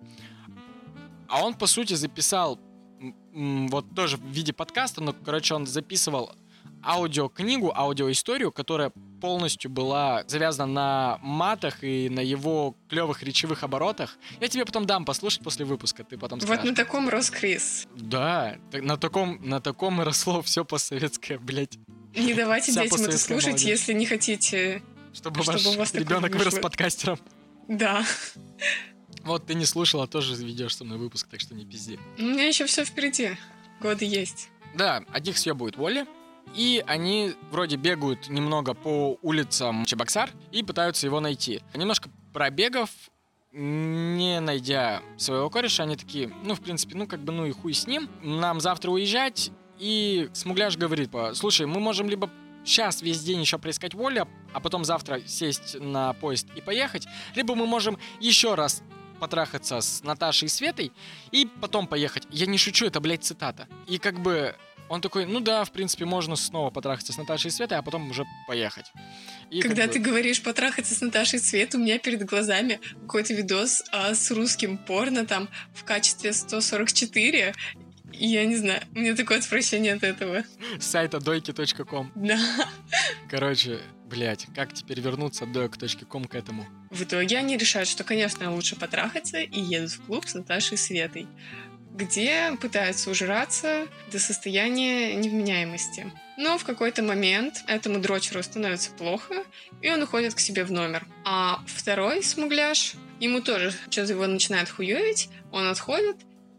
а он, по сути, записал, м- вот тоже в виде подкаста, но, короче, он записывал аудиокнигу, аудиоисторию, которая полностью была завязана на матах и на его клевых речевых оборотах. Я тебе потом дам послушать после выпуска, ты потом скажешь. Вот на таком рос Крис. Да, на таком, на таком и росло все постсоветское, блядь. Не давайте Вся детям это постсоветская слушать, молодежь. если не хотите... Чтобы, Чтобы ваш у вас такое ребенок вышло. вырос подкастером. Да. Вот ты не слушала, тоже ведешь со мной выпуск, так что не пизди. У меня еще все впереди. Годы есть. Да, одних съебывает Уолли, и они вроде бегают немного по улицам Чебоксар и пытаются его найти. Немножко пробегав, не найдя своего кореша, они такие, ну, в принципе, ну, как бы, ну и хуй с ним. Нам завтра уезжать, и Смугляш говорит, слушай, мы можем либо сейчас весь день еще поискать Уолли, а потом завтра сесть на поезд и поехать, либо мы можем еще раз потрахаться с Наташей и Светой и потом поехать. Я не шучу, это, блядь, цитата. И как бы он такой, ну да, в принципе, можно снова потрахаться с Наташей и Светой, а потом уже поехать. И Когда как бы... ты говоришь потрахаться с Наташей Свет, у меня перед глазами какой-то видос а, с русским порно там в качестве сто сорок четыре. И я не знаю, у меня такое отвращение от этого. С сайта дойки точка ком. Да. Короче, блядь, как теперь вернуться от дойк точка ком к этому? В итоге они решают, что, конечно, лучше потрахаться, и едут в клуб с Наташей и Светой, где пытаются ужраться до состояния невменяемости. Но в какой-то момент этому дрочеру становится плохо, и он уходит к себе в номер. А второй Смугляш, ему тоже что-то его начинает хуёвить, он отходит,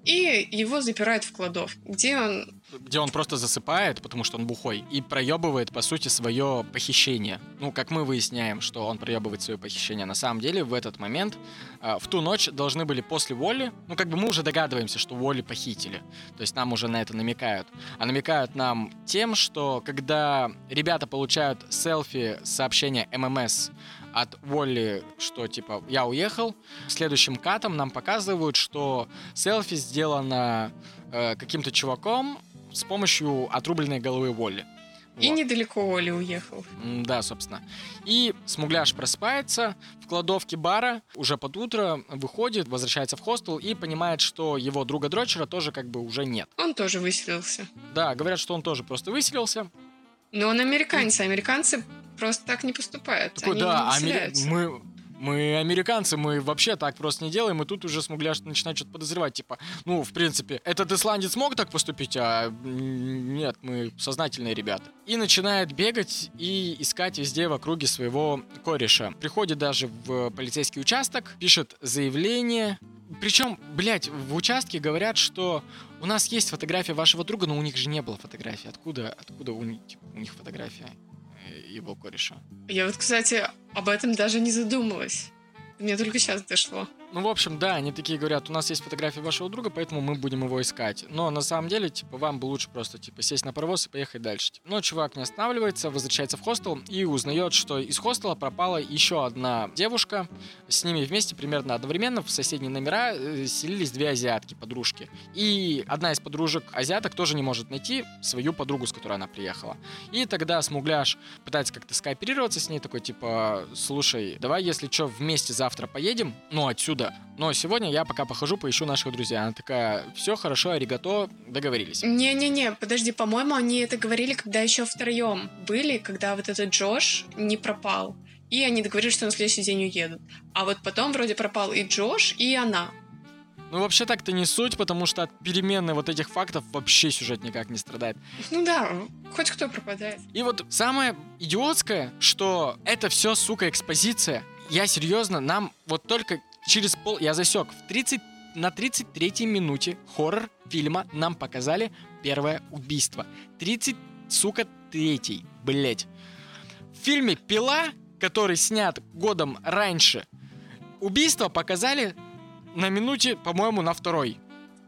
и его запирают в кладовке, где он... Где он просто засыпает, потому что он бухой, и проебывает, по сути, свое похищение. Ну, как мы выясняем, что он проебывает свое похищение. На самом деле, в этот момент, в ту ночь должны были после Уолли, ну, как бы мы уже догадываемся, что Уолли похитили. То есть нам уже на это намекают. А намекают нам тем, что когда ребята получают селфи сообщения эм эм эс от Уолли, что типа «я уехал», следующим катом нам показывают, что селфи сделано э, каким-то чуваком с помощью отрубленной головы Уолли. И вот. Недалеко Уолли уехал. Да, собственно. И Смугляш просыпается в кладовке бара, уже под утро выходит, возвращается в хостел и понимает, что его друга Дрочера тоже как бы уже нет. Он тоже выселился. Да, говорят, что он тоже просто выселился. Но он американец, а американцы просто так не поступают. Такой, Они да, не амери... выселяются. мы... Мы американцы, мы вообще так просто не делаем, и тут уже Смугляш начинает что-то подозревать, типа, ну, в принципе, этот исландец мог так поступить, а нет, мы сознательные ребята. И начинает бегать и искать везде в округе своего кореша. Приходит даже в полицейский участок, пишет заявление. Причем, блядь, в участке говорят, что у нас есть фотография вашего друга, но у них же не было фотографии. Откуда, откуда у них, типа, у них фотография его кореша? Я вот, кстати, об этом даже не задумалась. Мне только сейчас дошло. Ну, в общем, да, они такие говорят, у нас есть фотография вашего друга, поэтому мы будем его искать. Но на самом деле, типа, вам бы лучше просто, типа, сесть на паровоз и поехать дальше. Но чувак не останавливается, возвращается в хостел и узнает, что из хостела пропала еще одна девушка. С ними вместе примерно одновременно в соседние номера селились две азиатки, подружки. И одна из подружек азиаток тоже не может найти свою подругу, с которой она приехала. И тогда Смугляш пытается как-то скооперироваться с ней, такой, типа, слушай, давай, если что, вместе завтра поедем, ну, отсюда. Но сегодня я пока похожу, поищу наших друзей. Она такая, все хорошо, аригато, договорились. Не-не-не, подожди, по-моему, они это говорили, когда еще втроем были, когда вот этот Джош не пропал. И они договорились, что на следующий день уедут. А вот потом вроде пропал и Джош, и она. Ну, вообще так-то не суть, потому что от перемены вот этих фактов вообще сюжет никак не страдает. Ну да, хоть кто пропадает. И вот самое идиотское, что это все, сука, экспозиция. Я серьезно, нам вот только через пол... Я засек. В тридцать... На тридцать третьей минуте хоррор фильма нам показали первое убийство. тридцать, сука, третий, блять. В фильме «Пила», который снят годом раньше, убийство показали на минуте, по-моему, на второй.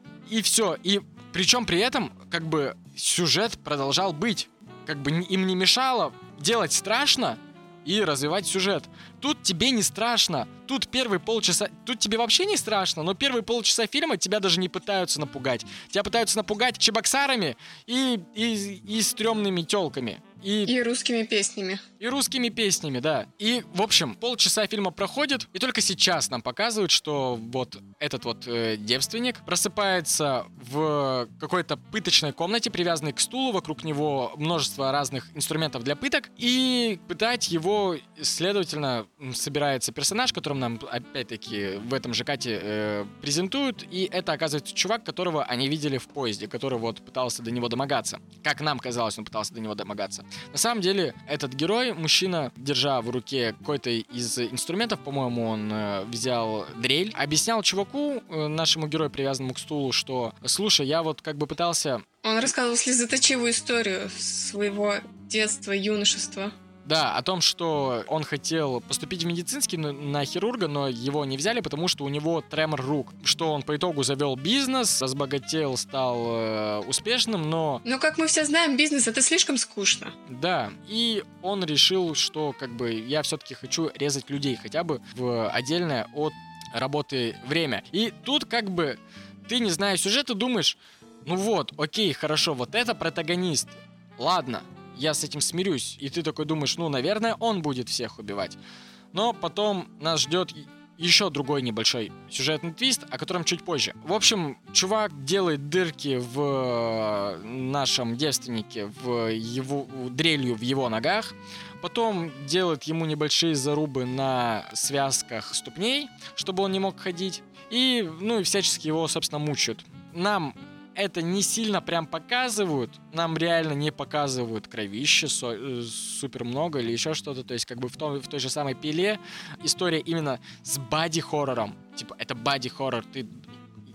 И все. И причем при этом, как бы, сюжет продолжал быть. Как бы им не мешало делать страшно и развивать сюжет. Тут тебе не страшно. Тут первые полчаса... Тут тебе вообще не страшно, но первые полчаса фильма тебя даже не пытаются напугать. Тебя пытаются напугать чебоксарами и, и, и стрёмными тёлками. И... и русскими песнями. И русскими песнями, да. И, в общем, полчаса фильма проходит, и только сейчас нам показывают, что вот этот вот э, девственник просыпается в какой-то пыточной комнате, привязанной к стулу, вокруг него множество разных инструментов для пыток, и пытать его, следовательно, собирается персонаж, которым нам, опять-таки, в этом же кате э, презентуют, и это, оказывается, чувак, которого они видели в поезде, который вот пытался до него домогаться. Как нам казалось, он пытался до него домогаться. На самом деле, этот герой, мужчина, держа в руке какой-то из инструментов, по-моему, он э, взял дрель, объяснял чуваку, э, нашему герою, привязанному к стулу, что, слушай, я вот как бы пытался... Он рассказывал слезоточивую историю своего детства, юношества. Да, о том, что он хотел поступить в медицинский на хирурга, но его не взяли, потому что у него тремор рук. Что он по итогу завел бизнес, разбогател, стал э, успешным, но... Но, как мы все знаем, бизнес — это слишком скучно. Да, и он решил, что как бы я все-таки хочу резать людей хотя бы в отдельное от работы время. И тут как бы ты, не зная сюжета, думаешь, ну вот, окей, хорошо, вот это протагонист, ладно, я с этим смирюсь. И ты такой думаешь, ну, наверное, он будет всех убивать. Но потом нас ждет еще другой небольшой сюжетный твист, о котором чуть позже. В общем, чувак делает дырки в нашем девственнике, в его дрелью в его ногах. Потом делает ему небольшие зарубы на связках ступней, чтобы он не мог ходить. И, ну, и всячески его, собственно, мучают. Нам это не сильно прям показывают, нам реально не показывают кровище со- супер много или еще что-то, то есть как бы в, том, в той же самой «Пиле» история именно с бади-хоррором, типа это бади-хоррор, ты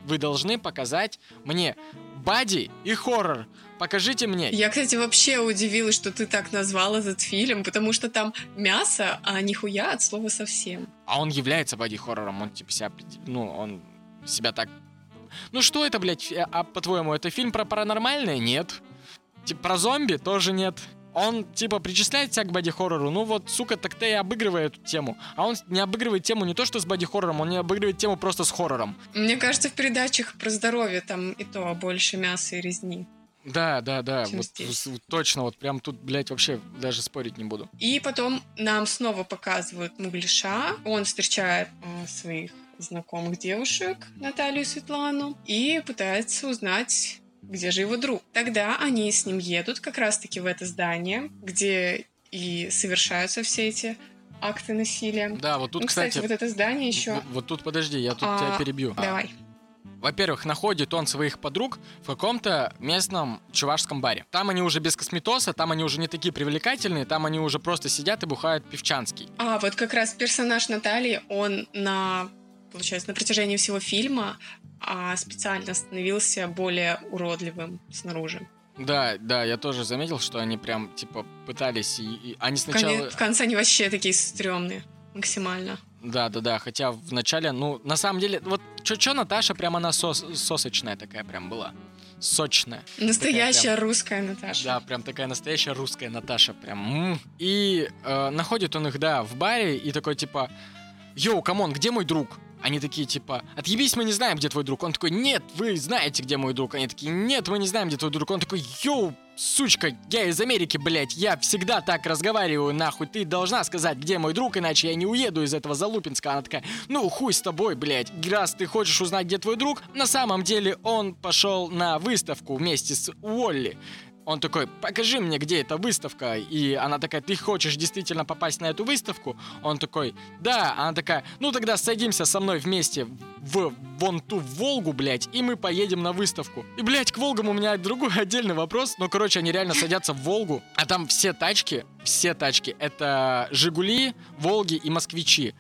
вы должны показать мне бади и хоррор. Покажите мне. Я, кстати, вообще удивилась, что ты так назвал этот фильм, потому что там мясо, а нихуя от слова совсем. А он является боди-хоррором, он типа себя, ну, он себя так... Ну что это, блядь, а по-твоему, это фильм про паранормальное? Нет. Типа про зомби? Тоже нет. Он, типа, причисляет себя к боди-хоррору, ну вот, сука, так-то и обыгрывает эту тему. А он не обыгрывает тему не то, что с боди-хоррором, он не обыгрывает тему просто с хоррором. Мне кажется, в передачах про здоровье там и то больше мяса и резни. Да, да, да, вот, вот точно, вот прям тут, блядь, вообще даже спорить не буду. И потом нам снова показывают Муглиша. Он встречает э, своих знакомых девушек, Наталью и Светлану, и пытается узнать, где же его друг. Тогда они с ним едут как раз-таки в это здание, где и совершаются все эти акты насилия. Да, вот тут, ну, кстати, кстати, вот это здание еще... Вот, вот тут, подожди, я тут а, тебя перебью. Давай. Во-первых, находит он своих подруг в каком-то местном чувашском баре. Там они уже без косметоса, там они уже не такие привлекательные, там они уже просто сидят и бухают пивчанский. А, вот как раз персонаж Натальи, он на, получается, на протяжении всего фильма а, специально становился более уродливым снаружи. Да, да, я тоже заметил, что они прям, типа, пытались, и, и они сначала... В конце, в конце они вообще такие стрёмные, максимально. Да, да, да, хотя в начале, ну, на самом деле, вот чё-чё Наташа прям она сос, сосочная такая прям была, сочная. Настоящая прям, русская Наташа. Да, прям такая настоящая русская Наташа, прям. М-м. И э, находит он их, да, в баре и такой, типа, йоу, камон, где мой друг? Они такие, типа, отъебись, мы не знаем, где твой друг. Он такой, нет, вы знаете, где мой друг. Они такие, нет, мы не знаем, где твой друг. Он такой, йоу, сучка, я из Америки, блядь, я всегда так разговариваю, нахуй. Ты должна сказать, где мой друг, иначе я не уеду из этого Залупинска. Она такая, ну, хуй с тобой, блядь. Раз ты хочешь узнать, где твой друг, на самом деле он пошел на выставку вместе с Уолли. Он такой, покажи мне, где эта выставка. И она такая, ты хочешь действительно попасть на эту выставку? Он такой, да. Она такая, ну тогда садимся со мной вместе в вон ту Волгу, блядь, и мы поедем на выставку. И, блядь, к Волгам у меня другой отдельный вопрос. Но, короче, они реально садятся в Волгу, а там все тачки, все тачки, это Жигули, Волги и Москвичи.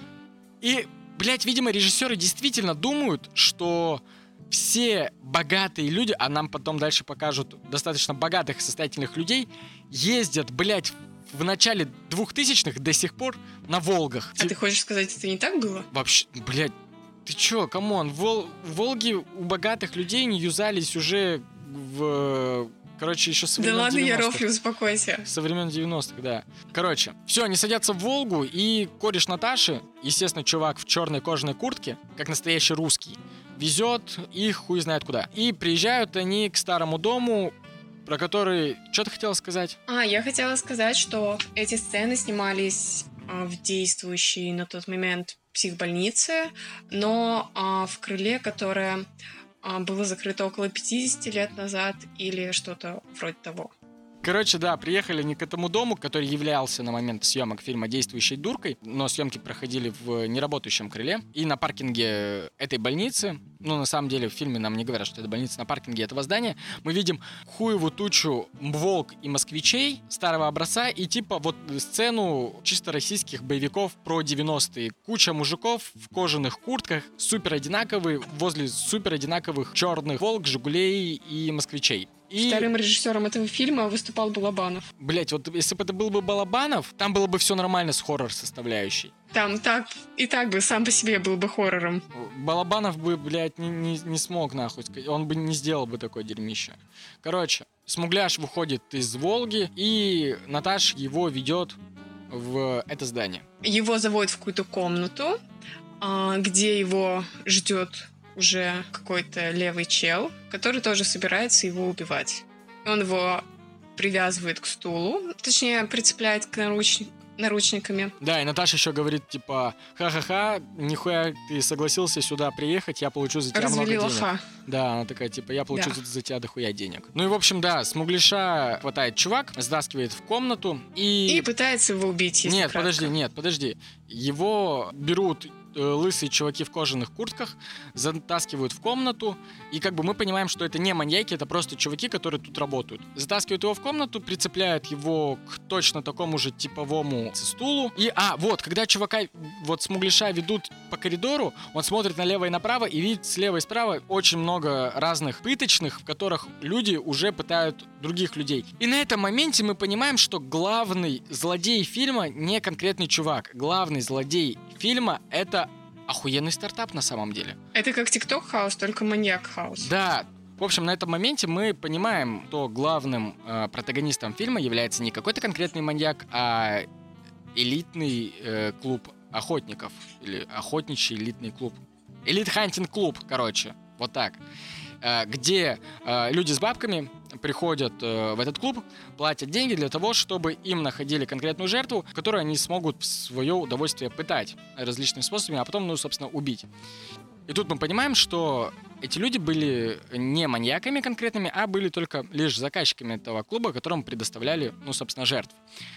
И, блядь, видимо, режиссеры действительно думают, что... все богатые люди, а нам потом дальше покажут достаточно богатых и состоятельных людей, ездят, блядь, в начале двухтысячных до сих пор на Волгах. А ты хочешь сказать, это не так было? Вообще, блядь, ты чё, камон, Вол... Волги у богатых людей не юзались уже в... Короче, еще со времен да ладно, девяностых. Я рофлю, успокойся. Со времен девяностых, да. Короче, все, они садятся в Волгу, и кореш Наташи, естественно, чувак в черной кожаной куртке, как настоящий русский, везет их хуй знает куда. И приезжают они к старому дому, про который... Что ты хотела сказать? А, я хотела сказать, что эти сцены снимались а, в действующей на тот момент психбольнице, но а, в крыле, которое... было закрыто около пятьдесят лет назад или что-то вроде того. Короче, да, приехали не к этому дому, который являлся на момент съемок фильма действующей дуркой, но съемки проходили в неработающем крыле. И на паркинге этой больницы, ну, на самом деле, в фильме нам не говорят, что это больница, на паркинге этого здания, мы видим хуеву тучу Волг и москвичей старого образца и типа вот сцену чисто российских боевиков про девяностые. Куча мужиков в кожаных куртках, супер одинаковые, возле супер одинаковых черных Волг, Жигулей и москвичей. И... Вторым режиссером этого фильма выступал Балабанов. Блять, вот если бы это был бы Балабанов, там было бы все нормально с хоррор-составляющей. Там так и так бы сам по себе был бы хоррором. Балабанов бы, блядь, не, не, не смог нахуй. Он бы не сделал бы такое дерьмище. Короче, Смугляш выходит из Волги, и Наташ его ведет в это здание. Его заводят в какую-то комнату, где его ждет уже какой-то левый чел, который тоже собирается его убивать. Он его привязывает к стулу, точнее, прицепляет к наруч... наручниками. Да, и Наташа еще говорит, типа, ха-ха-ха, нихуя ты согласился сюда приехать, я получу за тебя Развели много денег. лоха. Да, она такая, типа, я получу да. за тебя дохуя денег. Ну и, в общем, да, Смугляша хватает чувак, стаскивает в комнату и... И пытается его убить, если Нет, кратко. подожди, нет, подожди. Его берут лысые чуваки в кожаных куртках, затаскивают в комнату, и как бы мы понимаем, что это не маньяки, это просто чуваки, которые тут работают. Затаскивают его в комнату, прицепляют его к точно такому же типовому стулу. И, а, вот, когда чувака, вот смугляша ведут по коридору, он смотрит налево и направо и видит слева и справа очень много разных пыточных, в которых люди уже пытают других людей. И на этом моменте мы понимаем, что главный злодей фильма не конкретный чувак. Главный злодей фильма — это охуенный стартап на самом деле. Это как TikTok House, только маньяк House. Да. В общем, на этом моменте мы понимаем, что главным э, протагонистом фильма является не какой-то конкретный маньяк, а элитный э, клуб охотников. Или охотничий элитный клуб. Элит-хантинг-клуб, короче. Вот так. Э, где э, люди с бабками приходят э, в этот клуб, платят деньги для того, чтобы им находили конкретную жертву, которую они смогут в свое удовольствие пытать различными способами, а потом, ну, собственно, убить. И тут мы понимаем, что эти люди были не маньяками конкретными, а были только лишь заказчиками этого клуба, которым предоставляли, ну, собственно, жертв.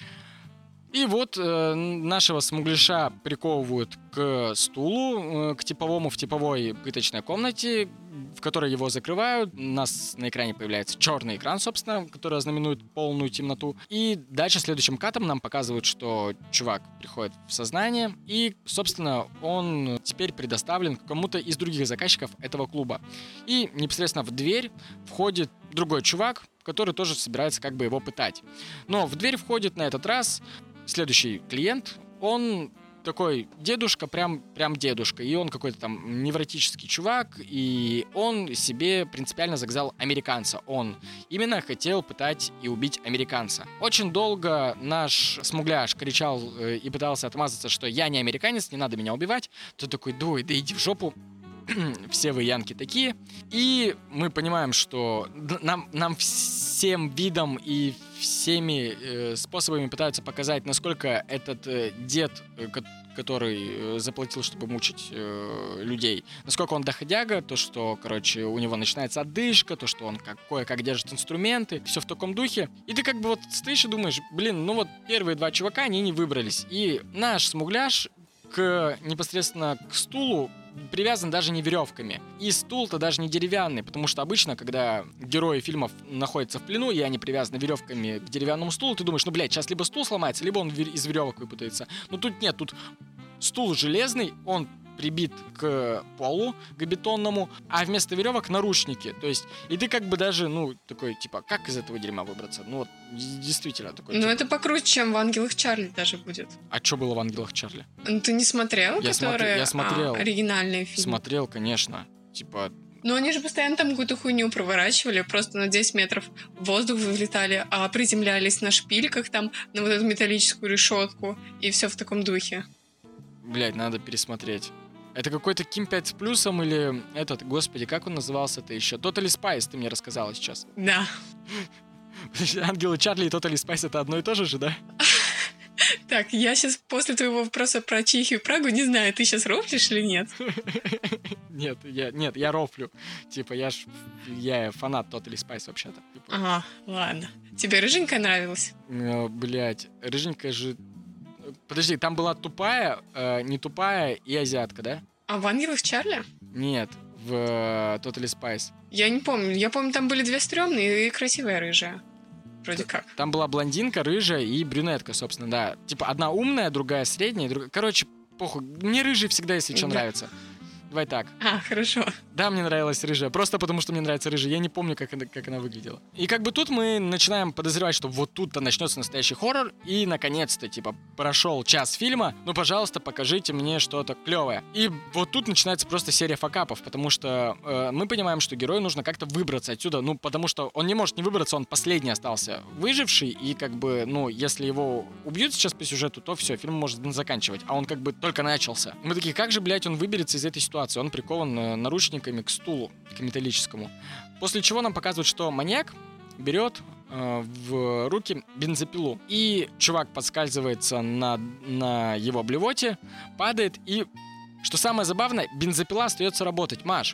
И вот э, нашего смугляша приковывают к стулу, э, к типовому в типовой пыточной комнате, в которой его закрывают. У нас на экране появляется черный экран, собственно, который ознаменует полную темноту. И дальше следующим катом нам показывают, что чувак приходит в сознание, и, собственно, он теперь предоставлен кому-то из других заказчиков этого клуба. И непосредственно в дверь входит другой чувак, который тоже собирается как бы его пытать. Но в дверь входит на этот раз следующий клиент. Он такой дедушка, прям, прям дедушка, и он какой-то там невротический чувак, и он себе принципиально заказал американца. Он именно хотел пытать и убить американца. Очень долго наш смугляш кричал э, и пытался отмазаться, что я не американец, не надо меня убивать. Тот такой: дуй, да иди в жопу. Все вы янки такие. И мы понимаем, что нам, нам всем видом и всеми э, способами пытаются показать, насколько этот э, дед, э, который э, заплатил, чтобы мучить э, людей, насколько он доходяга, то, что, короче, у него начинается одышка, то, что он как, кое-как держит инструменты, все в таком духе. И ты как бы вот стоишь и думаешь: блин, ну вот первые два чувака, они не выбрались. И наш смугляш к непосредственно к стулу привязан даже не веревками. И стул-то даже не деревянный, потому что обычно, когда герои фильмов находятся в плену, и они привязаны веревками к деревянному стулу, ты думаешь: ну, блядь, сейчас либо стул сломается, либо он из веревок выпутается. Но тут нет, тут стул железный, он прибит к полу, к бетонному, а вместо веревок наручники. То есть, и ты как бы даже, ну, такой, типа, как из этого дерьма выбраться? Ну, вот, действительно такой. Ну, типа... это покруче, чем в «Ангелах Чарли» даже будет. А что было в «Ангелах Чарли»? Ну, ты не смотрел, я которые смотри, я смотрел. А, оригинальные фильмы? Смотрел, конечно. Типа... Ну, они же постоянно там какую-то хуйню проворачивали, просто на десять метров в воздух вылетали, а приземлялись на шпильках там, на вот эту металлическую решетку, и все в таком духе. Блядь, надо пересмотреть. Это какой-то Ким пять с плюсом или этот, господи, как он назывался-то еще? Totally Spice, ты мне рассказала сейчас. Да. Ангелы Чарли и Totally Spice — это одно и то же же, да? Так, я сейчас после твоего вопроса про Чехию и Прагу не знаю, ты сейчас рофлишь или нет? Нет, я, нет, я рофлю. Типа, я ж, я фанат Totally Spice вообще-то. Ага, ладно. Тебе рыженькая нравилась? Блять, рыженькая же... Подожди, там была тупая, э, не тупая и азиатка, да? А в «Ангелах Чарли»? Нет, в э, Totally Spice. Я не помню. Я помню, там были две стрёмные и красивая рыжая. Вроде как. Там была блондинка, рыжая и брюнетка, собственно, да. Типа одна умная, другая средняя, другая... Короче, похуй. Мне рыжий всегда, если что, да. нравится. Давай так. А, хорошо. Да, мне нравилась рыжая. Просто потому, что мне нравится рыжая. Я не помню, как она, как она выглядела. И как бы тут мы начинаем подозревать, что вот тут-то начнется настоящий хоррор. И, наконец-то, типа, прошел час фильма. Ну, пожалуйста, покажите мне что-то клевое. И вот тут начинается просто серия факапов. Потому что э, мы понимаем, что герою нужно как-то выбраться отсюда. Ну, потому что он не может не выбраться. Он последний остался выживший. И как бы, ну, если его убьют сейчас по сюжету, то все, фильм может заканчивать. А он как бы только начался. И мы такие: как же, блядь, он выберется из этой ситуации? Он прикован наручниками к стулу, к металлическому. После чего нам показывают, что маньяк берет э, в руки бензопилу. И чувак подскальзывается на, на его блевоте, падает. И, что самое забавное, бензопила остается работать. Маш,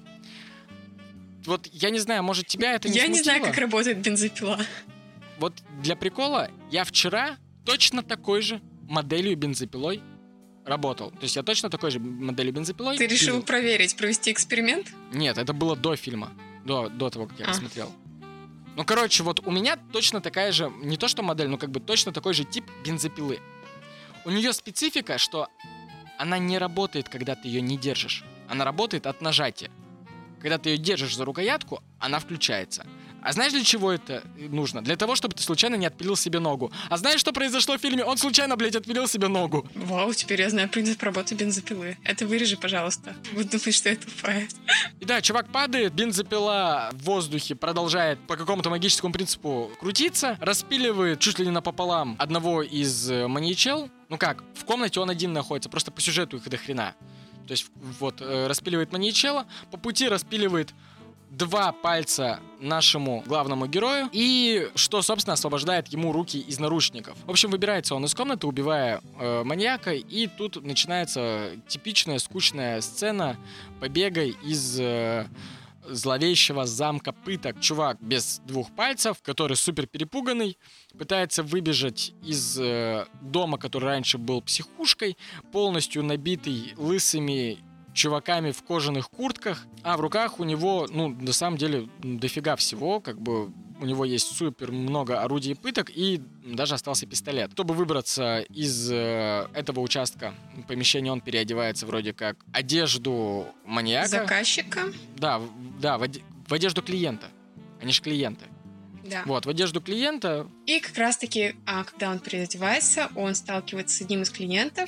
вот я не знаю, может, тебя это не Я смутило? не знаю, как работает бензопила. Вот для прикола я вчера точно такой же моделью бензопилой работал. То есть я точно такой же моделью бензопилой. Ты решил пилил. проверить, провести эксперимент? Нет, это было до фильма. До, до того, как я А. посмотрел. Ну, короче, вот у меня точно такая же, не то что модель, но как бы точно такой же тип бензопилы. У нее специфика, что она не работает, когда ты ее не держишь. Она работает от нажатия. Когда ты ее держишь за рукоятку, она включается. А знаешь, для чего это нужно? Для того, чтобы ты случайно не отпилил себе ногу. А знаешь, что произошло в фильме? Он случайно, блядь, отпилил себе ногу. Вау, теперь я знаю принцип работы бензопилы. Это вырежи, пожалуйста. Буду думать, что я тупая. И да, чувак падает, бензопила в воздухе продолжает по какому-то магическому принципу крутиться, распиливает чуть ли не напополам одного из э, маньячел. Ну как, в комнате он один находится, просто по сюжету их до хрена. То есть вот, э, распиливает маньячела, по пути распиливает два пальца нашему главному герою, и что, собственно, освобождает ему руки из наручников. В общем, выбирается он из комнаты, убивая э, маньяка, и тут начинается типичная скучная сцена побега из э, зловещего замка пыток. Чувак без двух пальцев, который супер перепуганный, пытается выбежать из э, дома, который раньше был психушкой, полностью набитый лысыми чуваками в кожаных куртках, а в руках у него, ну, на самом деле, дофига всего, как бы у него есть супер много орудий пыток, и даже остался пистолет. Чтобы выбраться из э, этого участка помещения, он переодевается вроде как одежду маньяка. Заказчика? Да, в, да, в, оде- в одежду клиента. Они же клиенты. Да. Вот, в одежду клиента. И как раз-таки, а, когда он переодевается, он сталкивается с одним из клиентов,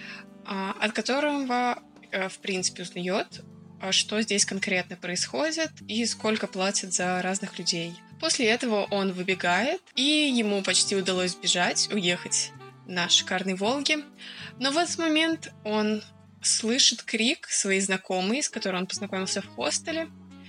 а, от которого, а, в принципе, узнает, а, что здесь конкретно происходит и сколько платят за разных людей. После этого он выбегает, и ему почти удалось бежать, уехать на шикарной «Волге». Но в этот момент он слышит крик своей знакомой, с которой он познакомился в хостеле,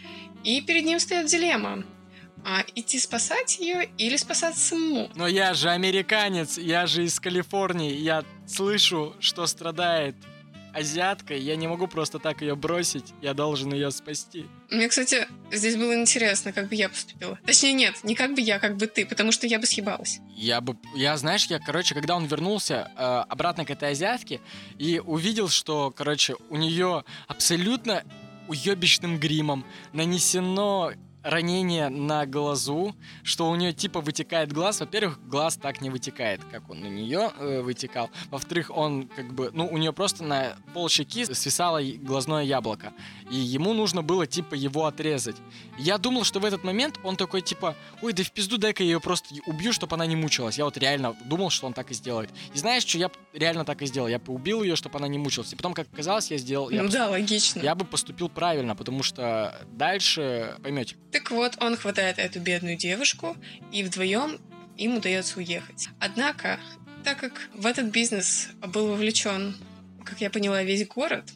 и перед ним стоит дилемма. А, идти спасать ее или спасаться самому? Но я же американец, я же из Калифорнии, я слышу, что страдает азиатка, я не могу просто так ее бросить, я должен ее спасти. Мне, кстати, здесь было интересно, как бы я поступила. Точнее, нет, не как бы я, как бы ты, потому что я бы съебалась. Я бы, я, знаешь, я, короче, когда он вернулся э, обратно к этой азиатке и увидел, что, короче, у нее абсолютно уебищным гримом нанесено ранение на глазу, что у нее типа вытекает глаз. Во-первых, глаз так не вытекает, как он на нее э, вытекал. Во-вторых, он как бы, ну, у нее просто на пол щеки свисало глазное яблоко. И ему нужно было типа его отрезать. Я думал, что в этот момент он такой типа, ой, да в пизду, дай-ка я ее просто убью, чтобы она не мучилась. Я вот реально думал, что он так и сделает. И знаешь, что я реально так и сделал? Я бы убил ее, чтобы она не мучилась. И потом, как оказалось, я сделал... Ну я да, поступ... логично. Я бы поступил правильно, потому что дальше поймете. Так вот, он хватает эту бедную девушку, и вдвоем им удается уехать. Однако, так как в этот бизнес был вовлечен, как я поняла, весь город,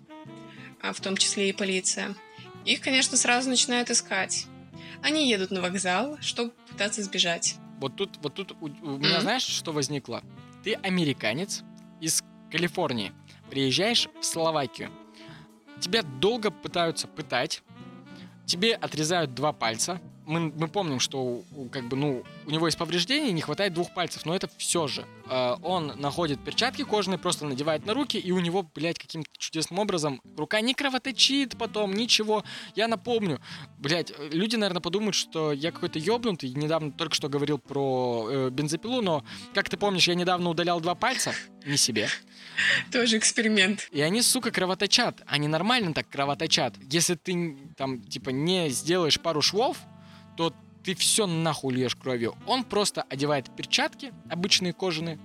а в том числе и полиция, их, конечно, сразу начинают искать. Они едут на вокзал, чтобы пытаться сбежать. Вот тут, вот тут у, у меня, Mm. знаешь, что возникло? Ты американец из Калифорнии, приезжаешь в Словакию, тебя долго пытаются пытать, тебе отрезают два пальца. Мы, мы помним, что у, у, как бы, ну, у него есть повреждения, не хватает двух пальцев, но это все же. Э, он находит перчатки кожаные, просто надевает на руки, и у него, блядь, каким-то чудесным образом рука не кровоточит потом, ничего. Я напомню, блядь, люди, наверное, подумают, что я какой-то ёбнутый, недавно только что говорил про э, бензопилу, но, как ты помнишь, я недавно удалял два пальца, не себе. Тоже эксперимент. И они, сука, кровоточат. Они нормально так кровоточат. Если ты, там, типа, не сделаешь пару швов, то ты все нахуй льешь кровью. Он просто одевает перчатки, обычные кожаные,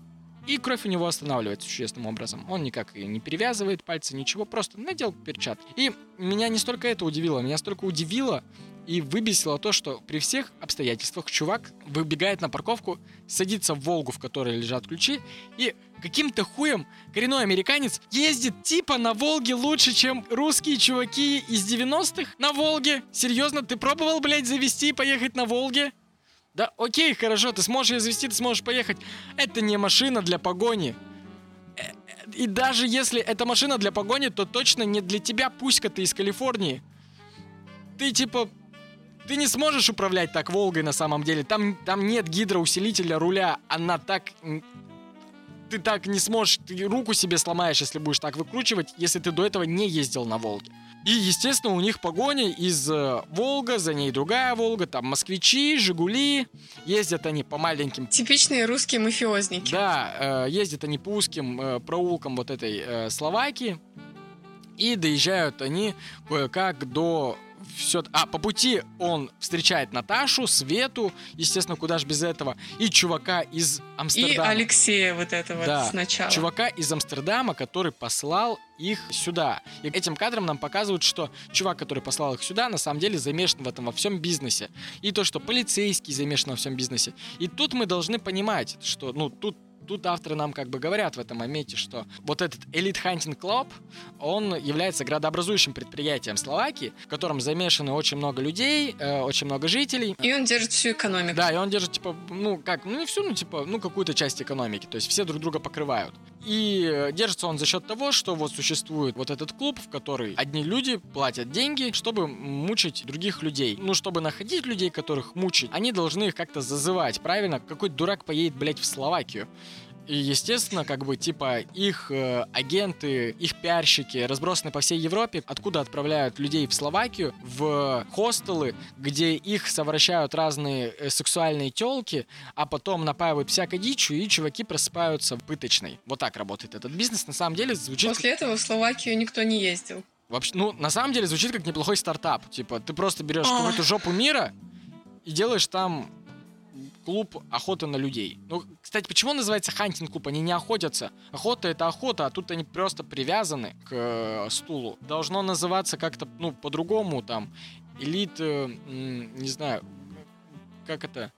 и кровь у него останавливается чудесным образом. Он никак и не перевязывает пальцы, ничего, просто надел перчатки. И меня не столько это удивило, меня столько удивило и выбесило то, что при всех обстоятельствах чувак выбегает на парковку, садится в «Волгу», в которой лежат ключи, и каким-то хуем коренной американец ездит типа на «Волге» лучше, чем русские чуваки из девяностых на «Волге». Серьезно, ты пробовал, блядь, завести и поехать на «Волге»? Да, окей, хорошо, ты сможешь ее завести, ты сможешь поехать. Это не машина для погони. И даже если это машина для погони, то точно не для тебя, пуська, ты из Калифорнии. Ты типа... Ты не сможешь управлять так «Волгой» на самом деле. Там, там нет гидроусилителя руля. Она так... ты так не сможешь, ты руку себе сломаешь, если будешь так выкручивать, если ты до этого не ездил на Волге. И, естественно, у них погоня из э, Волга, за ней другая Волга, там москвичи, Жигули. Ездят они по маленьким... Типичные русские мафиозники. Да, э, ездят они по узким э, проулкам вот этой э, Словакии. И доезжают они кое-как до... Все... А, по пути он встречает Наташу, Свету, естественно, куда же без этого, и чувака из Амстердама. И Алексея вот этого да, сначала. Чувака из Амстердама, который послал их сюда. И этим кадром нам показывают, что чувак, который послал их сюда, на самом деле замешан в этом во всем бизнесе. И то, что полицейский замешан во всем бизнесе. И тут мы должны понимать, что, ну, тут Тут авторы нам как бы говорят в этом моменте, что вот этот Elite Hunting Club, он является градообразующим предприятием Словакии, в котором замешаны очень много людей, э, очень много жителей. И он держит всю экономику. Да, и он держит, типа, ну как, ну не всю, ну типа, ну какую-то часть экономики, то есть все друг друга покрывают. И держится он за счет того, что вот существует вот этот клуб, в который одни люди платят деньги, чтобы мучить других людей. Ну, чтобы находить людей, которых мучить, они должны их как-то зазывать, правильно? Какой дурак поедет, блядь, в Словакию? И, естественно, как бы, типа, их э, агенты, их пиарщики разбросаны по всей Европе, откуда отправляют людей в Словакию, в хостелы, где их совращают разные э, сексуальные тёлки, а потом напаивают всякой дичью, и чуваки просыпаются пыточной. Вот так работает этот бизнес. На самом деле звучит... После этого в Словакию никто не ездил. Вообще, ну, на самом деле звучит как неплохой стартап. Типа, ты просто берешь какую-то жопу мира и делаешь там клуб охоты на людей. Ну, кстати, почему называется хантинг-клуб? Они не охотятся. Охота — это охота, а тут они просто привязаны к э, стулу. Должно называться как-то, ну, по-другому, там, элит, э, не знаю, как это...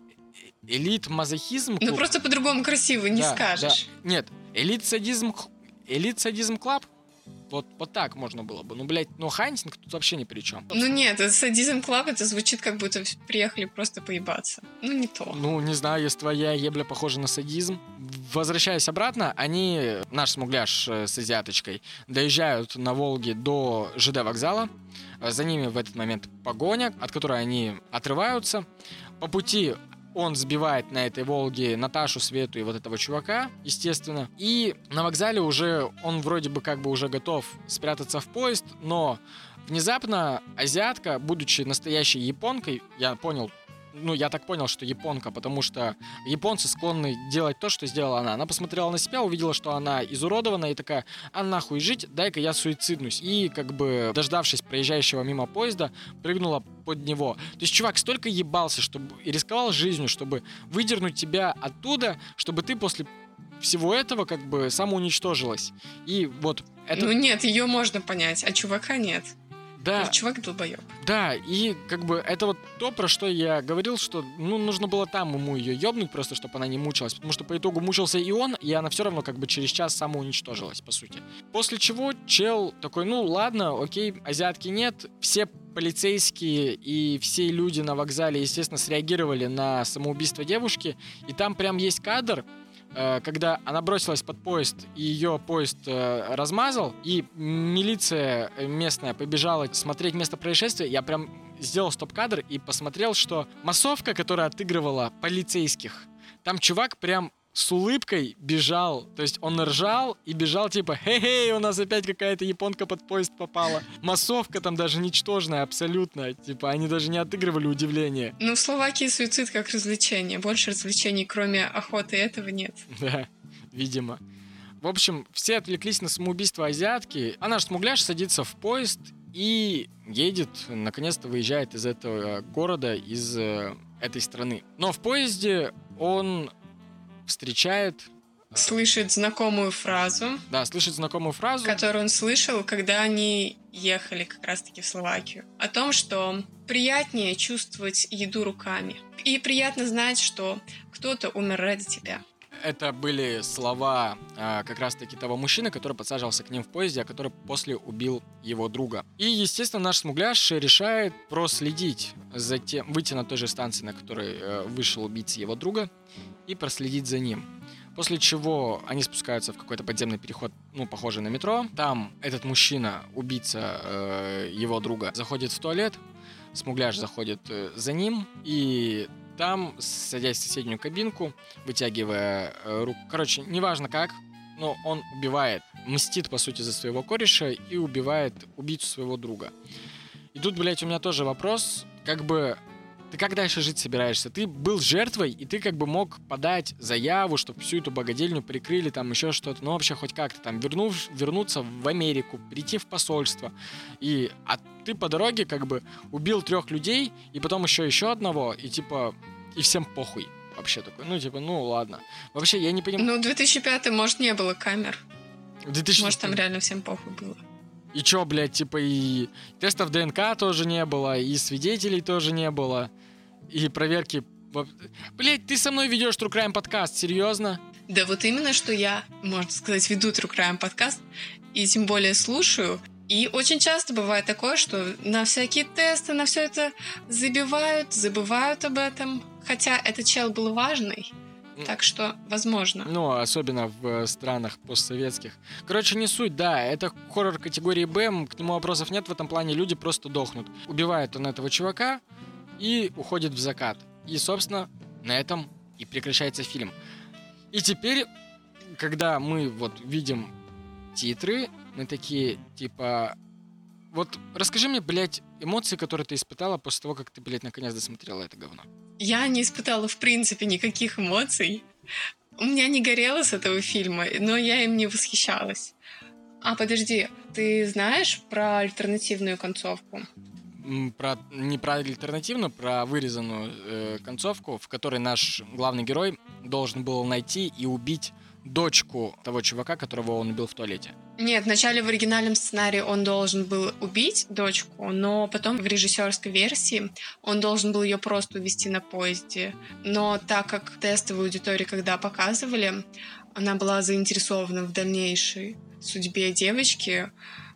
Элит-мазохизм клуб. Ну, просто по-другому красиво не да, скажешь. Да. Нет, элит-садизм... Элит-садизм клуб? Вот, вот так можно было бы. Ну, блядь, ну хантинг тут вообще ни при чем. Ну нет, садизм клаб, это звучит, как будто приехали просто поебаться. Ну не то. Ну, не знаю, если твоя ебля похожа на садизм. Возвращаясь обратно, они, наш смугляш с азиаточкой, доезжают на Волге до ЖД вокзала. За ними в этот момент погоня, от которой они отрываются. По пути он сбивает на этой Волге Наташу, Свету и вот этого чувака, естественно. И на вокзале уже он вроде бы как бы уже готов спрятаться в поезд, но внезапно азиатка, будучи настоящей японкой, я понял, ну, я так понял, что японка, потому что японцы склонны делать то, что сделала она. Она посмотрела на себя, увидела, что она изуродована, и такая: а нахуй жить, дай-ка я суициднусь. И, как бы, дождавшись проезжающего мимо поезда, прыгнула под него. То есть чувак столько ебался, чтобы и рисковал жизнью, чтобы выдернуть тебя оттуда, чтобы ты после всего этого, как бы, самоуничтожилась. И вот это... Ну нет, ее можно понять, а чувака нет. Да. Чувак долбоеб. Да, и как бы это вот то, про что я говорил, что ну нужно было там ему ее ёбнуть просто, чтобы она не мучилась, потому что по итогу мучился и он, и она все равно как бы через час самоуничтожилась, по сути. После чего чел такой: ну ладно, окей, азиатки нет, все полицейские и все люди на вокзале, естественно, среагировали на самоубийство девушки, и там прям есть кадр, когда она бросилась под поезд, и ее поезд э, размазал, и милиция местная побежала смотреть место происшествия. Я прям сделал стоп-кадр и посмотрел, что массовка, которая отыгрывала полицейских, там чувак прям с улыбкой бежал, то есть он ржал и бежал типа: хе-хей, у нас опять какая-то японка под поезд попала. Массовка там даже ничтожная абсолютно, типа они даже не отыгрывали удивление. Ну в Словакии суицид как развлечение, больше развлечений кроме охоты этого нет. Да, видимо. В общем, все отвлеклись на самоубийство азиатки, а наш смугляш садится в поезд и едет, наконец-то выезжает из этого города, из э, этой страны. Но в поезде он встречает... Слышит знакомую фразу. Да, слышит знакомую фразу. Которую он слышал, когда они ехали как раз-таки в Словакию. О том, что приятнее чувствовать еду руками. И приятно знать, что кто-то умер ради тебя. Это были слова а, как раз-таки того мужчины, который подсаживался к ним в поезде, а который после убил его друга. И, естественно, наш смугляш решает проследить за тем, выйти на той же станции, на которой э, вышел убийца его друга, и проследить за ним. После чего они спускаются в какой-то подземный переход, ну, похожий на метро. Там этот мужчина, убийца э, его друга, заходит в туалет. Смугляш заходит э, за ним, и там, садясь в соседнюю кабинку, вытягивая э, руку, короче, неважно как, но он убивает, мстит, по сути, за своего кореша и убивает убийцу своего друга. И тут, блядь, у меня тоже вопрос, как бы, ты как дальше жить собираешься? Ты был жертвой, и ты как бы мог подать заяву, чтобы всю эту богадельню прикрыли, там еще что-то, ну вообще хоть как-то там вернув, вернуться в Америку, прийти в посольство. И, а ты по дороге как бы убил трех людей, и потом еще еще одного, и типа, и всем похуй. Вообще такой, ну типа, ну ладно. Вообще я не понимаю. Ну, две тысячи пятый, может, не было камер. две тысячи... Может, там реально всем похуй было. И чё, блядь, типа и тестов ДНК тоже не было, и свидетелей тоже не было, и проверки... Блядь, ты со мной ведешь True Crime подкаст, серьезно? Да вот именно, что я, можно сказать, веду True Crime подкаст, и тем более слушаю. И очень часто бывает такое, что на всякие тесты, на все это забивают, забывают об этом. Хотя этот чел был важный. Так что, возможно. Ну, особенно в странах постсоветских. Короче, не суть, да, это хоррор категории Б, к нему вопросов нет, в этом плане люди просто дохнут. Убивает он этого чувака и уходит в закат. И, собственно, на этом и прекращается фильм. И теперь, когда мы вот видим титры, мы такие, типа... Вот расскажи мне, блядь, эмоции, которые ты испытала после того, как ты, блядь, наконец досмотрела это говно. Я не испытала, в принципе, никаких эмоций. У меня не горело с этого фильма, но я им не восхищалась. А, подожди, ты знаешь про альтернативную концовку? Про, не про альтернативную, про вырезанную э, концовку, в которой наш главный герой должен был найти и убить дочку того чувака, которого он убил в туалете. Нет, вначале в оригинальном сценарии он должен был убить дочку, но потом в режиссерской версии он должен был ее просто увезти на поезде. Но так как тестовую аудиторию, когда показывали, она была заинтересована в дальнейшей судьбе девочки,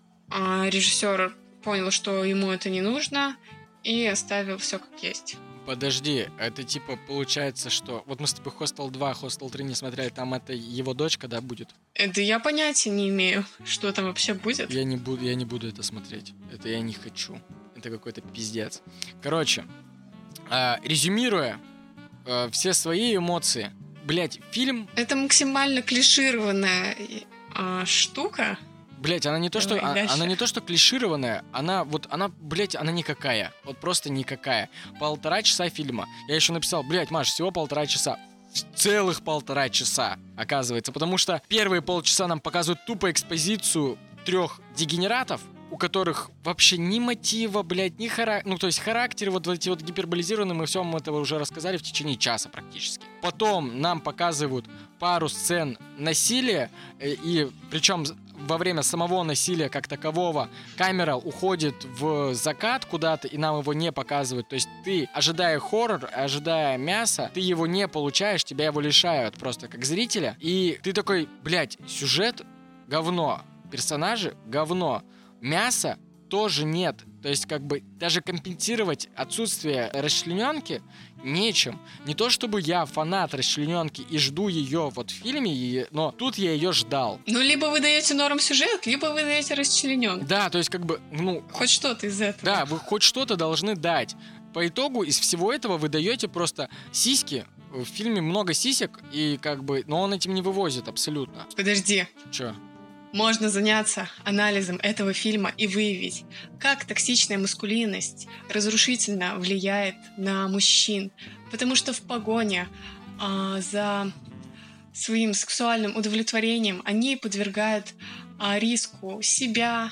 а режиссер понял, что ему это не нужно, и оставил все как есть. Подожди, это типа получается, что... Вот мы с тобой Hostel два, Hostel три не смотрели, там это его дочка, да, будет? Да я понятия не имею, что там вообще будет. Я не буду, я не буду это смотреть. Это я не хочу. Это какой-то пиздец. Короче, э, резюмируя э, все свои эмоции, блять, фильм... Это максимально клишированная э, штука. Блять, она не то, что, Давай, а, она не то, что клишированная, она вот, она, блять, она никакая. Вот просто никакая. Полтора часа фильма. Я еще написал, блять, Маш, всего полтора часа. Целых полтора часа, оказывается. Потому что первые полчаса нам показывают тупо экспозицию трех дегенератов, у которых вообще ни мотива, блядь, ни характер, ну, то есть характер вот эти вот гиперболизированные, мы все мы этого уже рассказали в течение часа практически. Потом нам показывают пару сцен насилия, и причем во время самого насилия как такового камера уходит в закат куда-то, и нам его не показывают. То есть ты, ожидая хоррор, ожидая мяса, ты его не получаешь, тебя его лишают просто как зрителя. И ты такой, блядь, сюжет говно, персонажи говно, мяса тоже нет. То есть как бы даже компенсировать отсутствие расчлененки нечем. Не то чтобы я фанат расчлененки и жду ее вот в фильме, но тут я ее ждал. Ну, либо вы даете норм сюжет, либо вы даете расчлененку. Да, то есть как бы, ну... Хоть что-то из этого. Да, вы хоть что-то должны дать. По итогу из всего этого вы даете просто сиськи. В фильме много сисек, и как бы... Но он этим не вывозит абсолютно. Подожди. Че? Можно заняться анализом этого фильма и выявить, как токсичная маскулинность разрушительно влияет на мужчин. Потому что в погоне а, за своим сексуальным удовлетворением они подвергают а, риску себя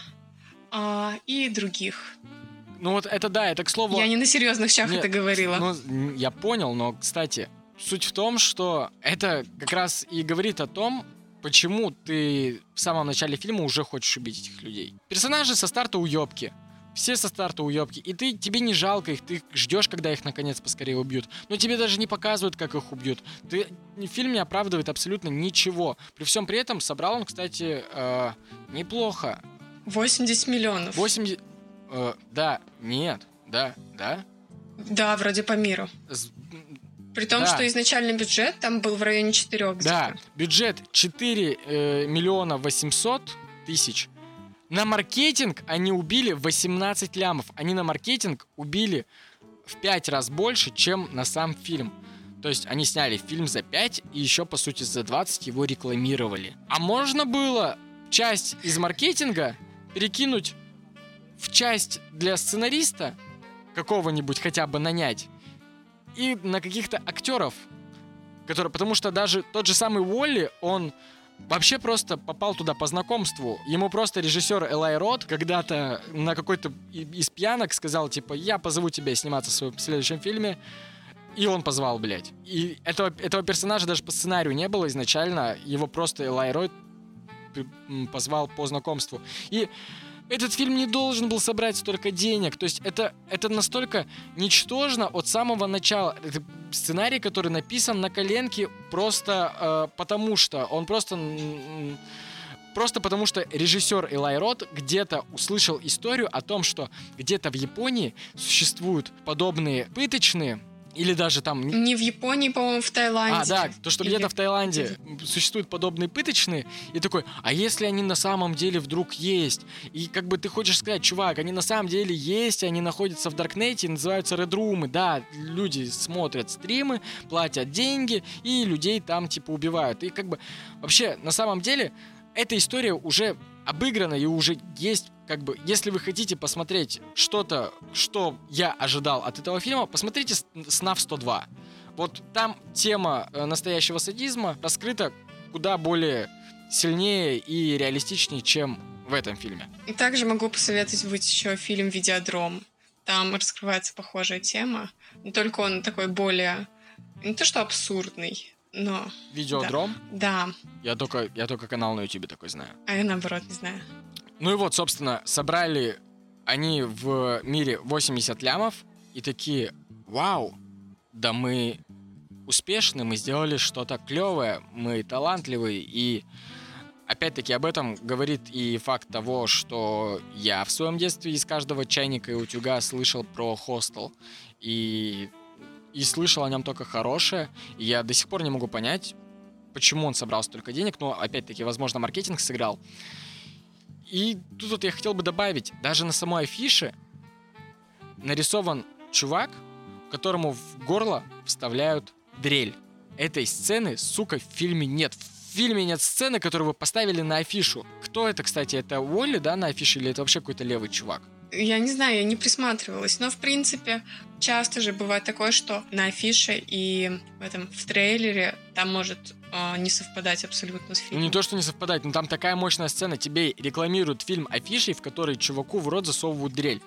а, и других. Ну вот это да, это к слову... Я не на серьезных щах Нет, это говорила. Ну, я понял, но, кстати, суть в том, что это как раз и говорит о том, почему ты в самом начале фильма уже хочешь убить этих людей. Персонажи со старта уёбки. Все со старта уёбки. И ты, тебе не жалко их, ты ждешь, когда их наконец поскорее убьют. Но тебе даже не показывают, как их убьют. Ты, фильм не оправдывает абсолютно ничего. При всем при этом собрал он, кстати, э, неплохо. восемьдесят миллионов. восемьдесят... Э, да, нет, да, да. Да, вроде по миру. С... При том, да. что изначальный бюджет там был в районе четырех. Да, бюджет четыре миллиона восемьсот тысяч. На маркетинг они убили восемнадцать лямов. Они на маркетинг убили в пять раз больше, чем на сам фильм. То есть они сняли фильм за пять и еще, по сути, за двадцать его рекламировали. А можно было часть из маркетинга перекинуть в часть для сценариста, какого-нибудь хотя бы нанять, и на каких-то актеров, которые, потому что даже тот же самый Уолли, он вообще просто попал туда по знакомству. Ему просто режиссер Элай Рот когда-то на какой-то из пьянок сказал, типа, я позову тебя сниматься в своем следующем фильме. И он позвал, блядь. И этого, этого персонажа даже по сценарию не было изначально. Его просто Элай Рот позвал по знакомству. И этот фильм не должен был собрать столько денег. То есть это, это настолько ничтожно от самого начала. Это сценарий, который написан на коленке просто э, потому что он просто... М- Просто потому что режиссер Элай Рот где-то услышал историю о том, что где-то в Японии существуют подобные пыточные, или даже там... Не в Японии, по-моему, в Таиланде. А, да, то, что Или... где-то в Таиланде существуют подобные пыточные, и такой, а если они на самом деле вдруг есть? И как бы ты хочешь сказать, чувак, они на самом деле есть, они находятся в Даркнете, называются Red-румы, да, люди смотрят стримы, платят деньги, и людей там типа убивают. И как бы вообще, на самом деле, эта история уже обыграна и уже есть, как бы, если вы хотите посмотреть что-то, что я ожидал от этого фильма, посмотрите «Снав сто два». Вот там тема настоящего садизма раскрыта куда более сильнее и реалистичнее, чем в этом фильме. И также могу посоветовать быть еще фильм «Видеодром». Там раскрывается похожая тема, но только он такой более, не то что абсурдный, но... Видеодром? Да. Я только, я только канал на YouTube такой знаю. А я наоборот не знаю. Ну и вот, собственно, собрали они в мире восемьдесят лямов и такие, вау, да мы успешны, мы сделали что-то клевое, мы талантливые. И опять-таки об этом говорит и факт того, что я в своем детстве из каждого чайника и утюга слышал про Hostel. И... И слышал о нем только хорошее. И я до сих пор не могу понять, почему он собрал столько денег. Но, опять-таки, возможно, маркетинг сыграл. И тут вот я хотел бы добавить. Даже на самой афише нарисован чувак, которому в горло вставляют дрель. Этой сцены, сука, в фильме нет. В фильме нет сцены, которую вы поставили на афишу. Кто это, кстати? Это Уолли, да, на афише? Или это вообще какой-то левый чувак? Я не знаю, я не присматривалась, но в принципе часто же бывает такое, что на афише и в этом в трейлере там может э, не совпадать абсолютно с фильмом. Ну не то, что не совпадать, но там такая мощная сцена, тебе рекламируют фильм афишей, в которой чуваку в рот засовывают дрель,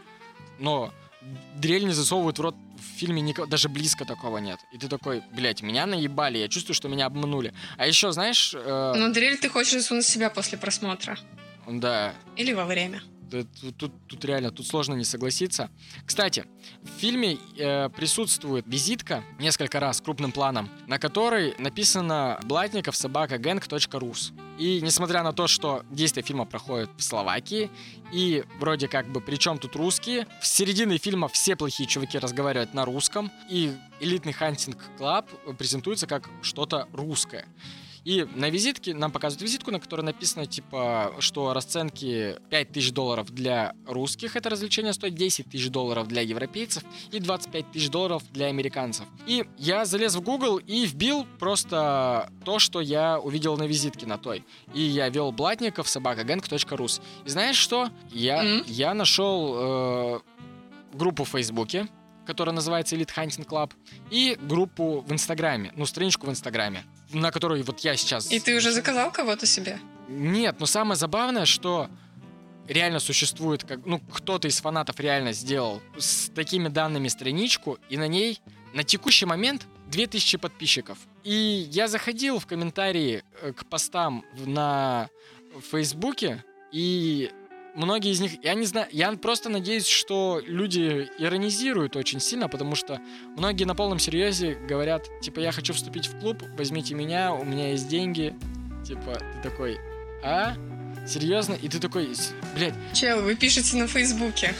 но дрель не засовывают в рот в фильме, никого, даже близко такого нет. И ты такой, блять, меня наебали, я чувствую, что меня обманули. А еще, знаешь... Э... Ну дрель ты хочешь засунуть в себя после просмотра. Да. Или во время. Тут, тут, тут реально, тут сложно не согласиться. Кстати, в фильме э, присутствует визитка несколько раз крупным планом, на которой написано «Блатников собака гэнг.рус». И несмотря на то, что действие фильма проходит в Словакии, и вроде как бы причем тут русские, в середине фильма все плохие чуваки разговаривают на русском, и элитный хантинг клаб презентуется как что-то русское. И на визитке, нам показывают визитку, на которой написано, типа, что расценки пять тысяч долларов для русских, это развлечение стоит десять тысяч долларов для европейцев и двадцать пять тысяч долларов для американцев. И я залез в Google и вбил просто то, что я увидел на визитке на той. И я ввел Блатников собака гэнг.рус. И знаешь что? Я, mm-hmm. я нашел э, группу в Фейсбуке, которая называется Elite Hunting Club, и группу в Инстаграме, ну, страничку в Инстаграме, на которой вот я сейчас... И ты уже заказал кого-то себе? Нет, но самое забавное, что реально существует, как, ну, кто-то из фанатов реально сделал с такими данными страничку, и на ней на текущий момент две тысячи подписчиков. И я заходил в комментарии к постам на Фейсбуке, и... Многие из них, я не знаю, я просто надеюсь, что люди иронизируют очень сильно, потому что многие на полном серьезе говорят, типа, я хочу вступить в клуб, возьмите меня, у меня есть деньги. Типа, ты такой, а? Серьезно? И ты такой, блядь. Чел, вы пишете на Фейсбуке.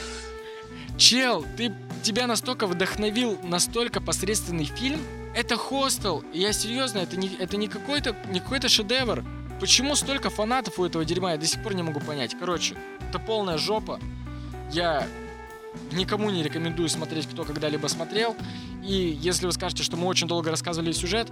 Чел, ты, тебя настолько вдохновил настолько посредственный фильм? Это Hostel, и я серьезно, это не, это не какой-то, не какой-то шедевр. Почему столько фанатов у этого дерьма, я до сих пор не могу понять. Короче, это полная жопа. Я никому не рекомендую смотреть, кто когда-либо смотрел. И если вы скажете, что мы очень долго рассказывали сюжет,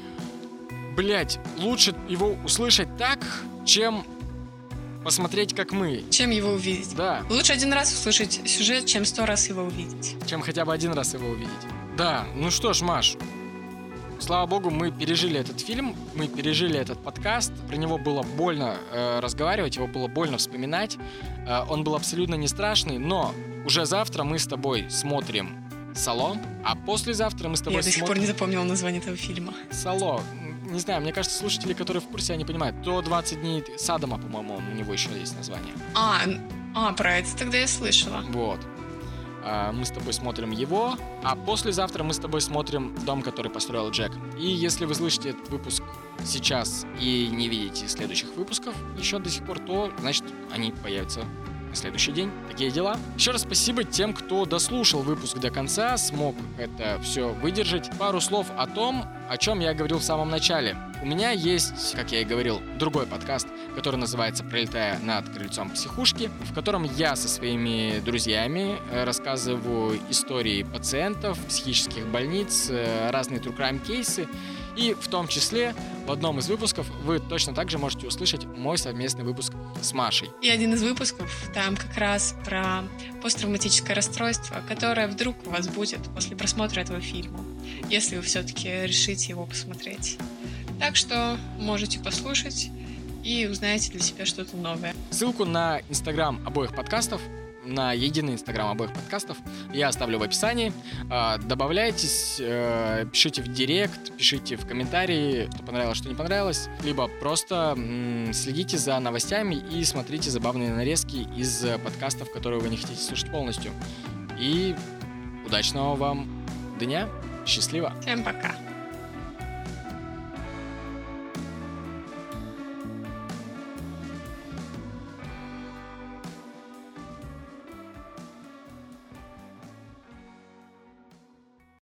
блять, лучше его услышать так, чем посмотреть, как мы. Чем его увидеть. Да. Лучше один раз услышать сюжет, чем сто раз его увидеть. Чем хотя бы один раз его увидеть. Да, ну что ж, Маш, слава богу, мы пережили этот фильм, мы пережили этот подкаст. Про него было больно э, разговаривать, его было больно вспоминать. Э, он был абсолютно не страшный, но уже завтра мы с тобой смотрим «Сало», а послезавтра мы с тобой Я до сих смотрим... пор не запомнила название этого фильма. «Сало». Не знаю, мне кажется, слушатели, которые в курсе, они понимают. То двадцать дней Садома, по-моему, у него еще есть название. А, а, про это тогда я слышала. Вот. Мы с тобой смотрим его, а послезавтра мы с тобой смотрим «Дом, который построил Джек». И если вы слышите этот выпуск сейчас и не видите следующих выпусков еще до сих пор, то, значит, они появятся на следующий день. Такие дела. Еще раз спасибо тем, кто дослушал выпуск до конца, смог это все выдержать. Пару слов о том, о чем я говорил в самом начале. У меня есть, как я и говорил, другой подкаст, который называется «Пролетая над крыльцом психушки», в котором я со своими друзьями рассказываю истории пациентов, психических больниц, разные true crime кейсы. И в том числе в одном из выпусков вы точно так же можете услышать мой совместный выпуск с Машей. И один из выпусков там как раз про посттравматическое расстройство, которое вдруг у вас будет после просмотра этого фильма, если вы все-таки решите его посмотреть. Так что можете послушать и узнаете для себя что-то новое. Ссылку на инстаграм обоих подкастов, на единый инстаграм обоих подкастов я оставлю в описании. Добавляйтесь, пишите в директ, пишите в комментарии, что понравилось, что не понравилось. Либо просто следите за новостями и смотрите забавные нарезки из подкастов, которые вы не хотите слушать полностью. И удачного вам дня. Счастливо. Всем пока.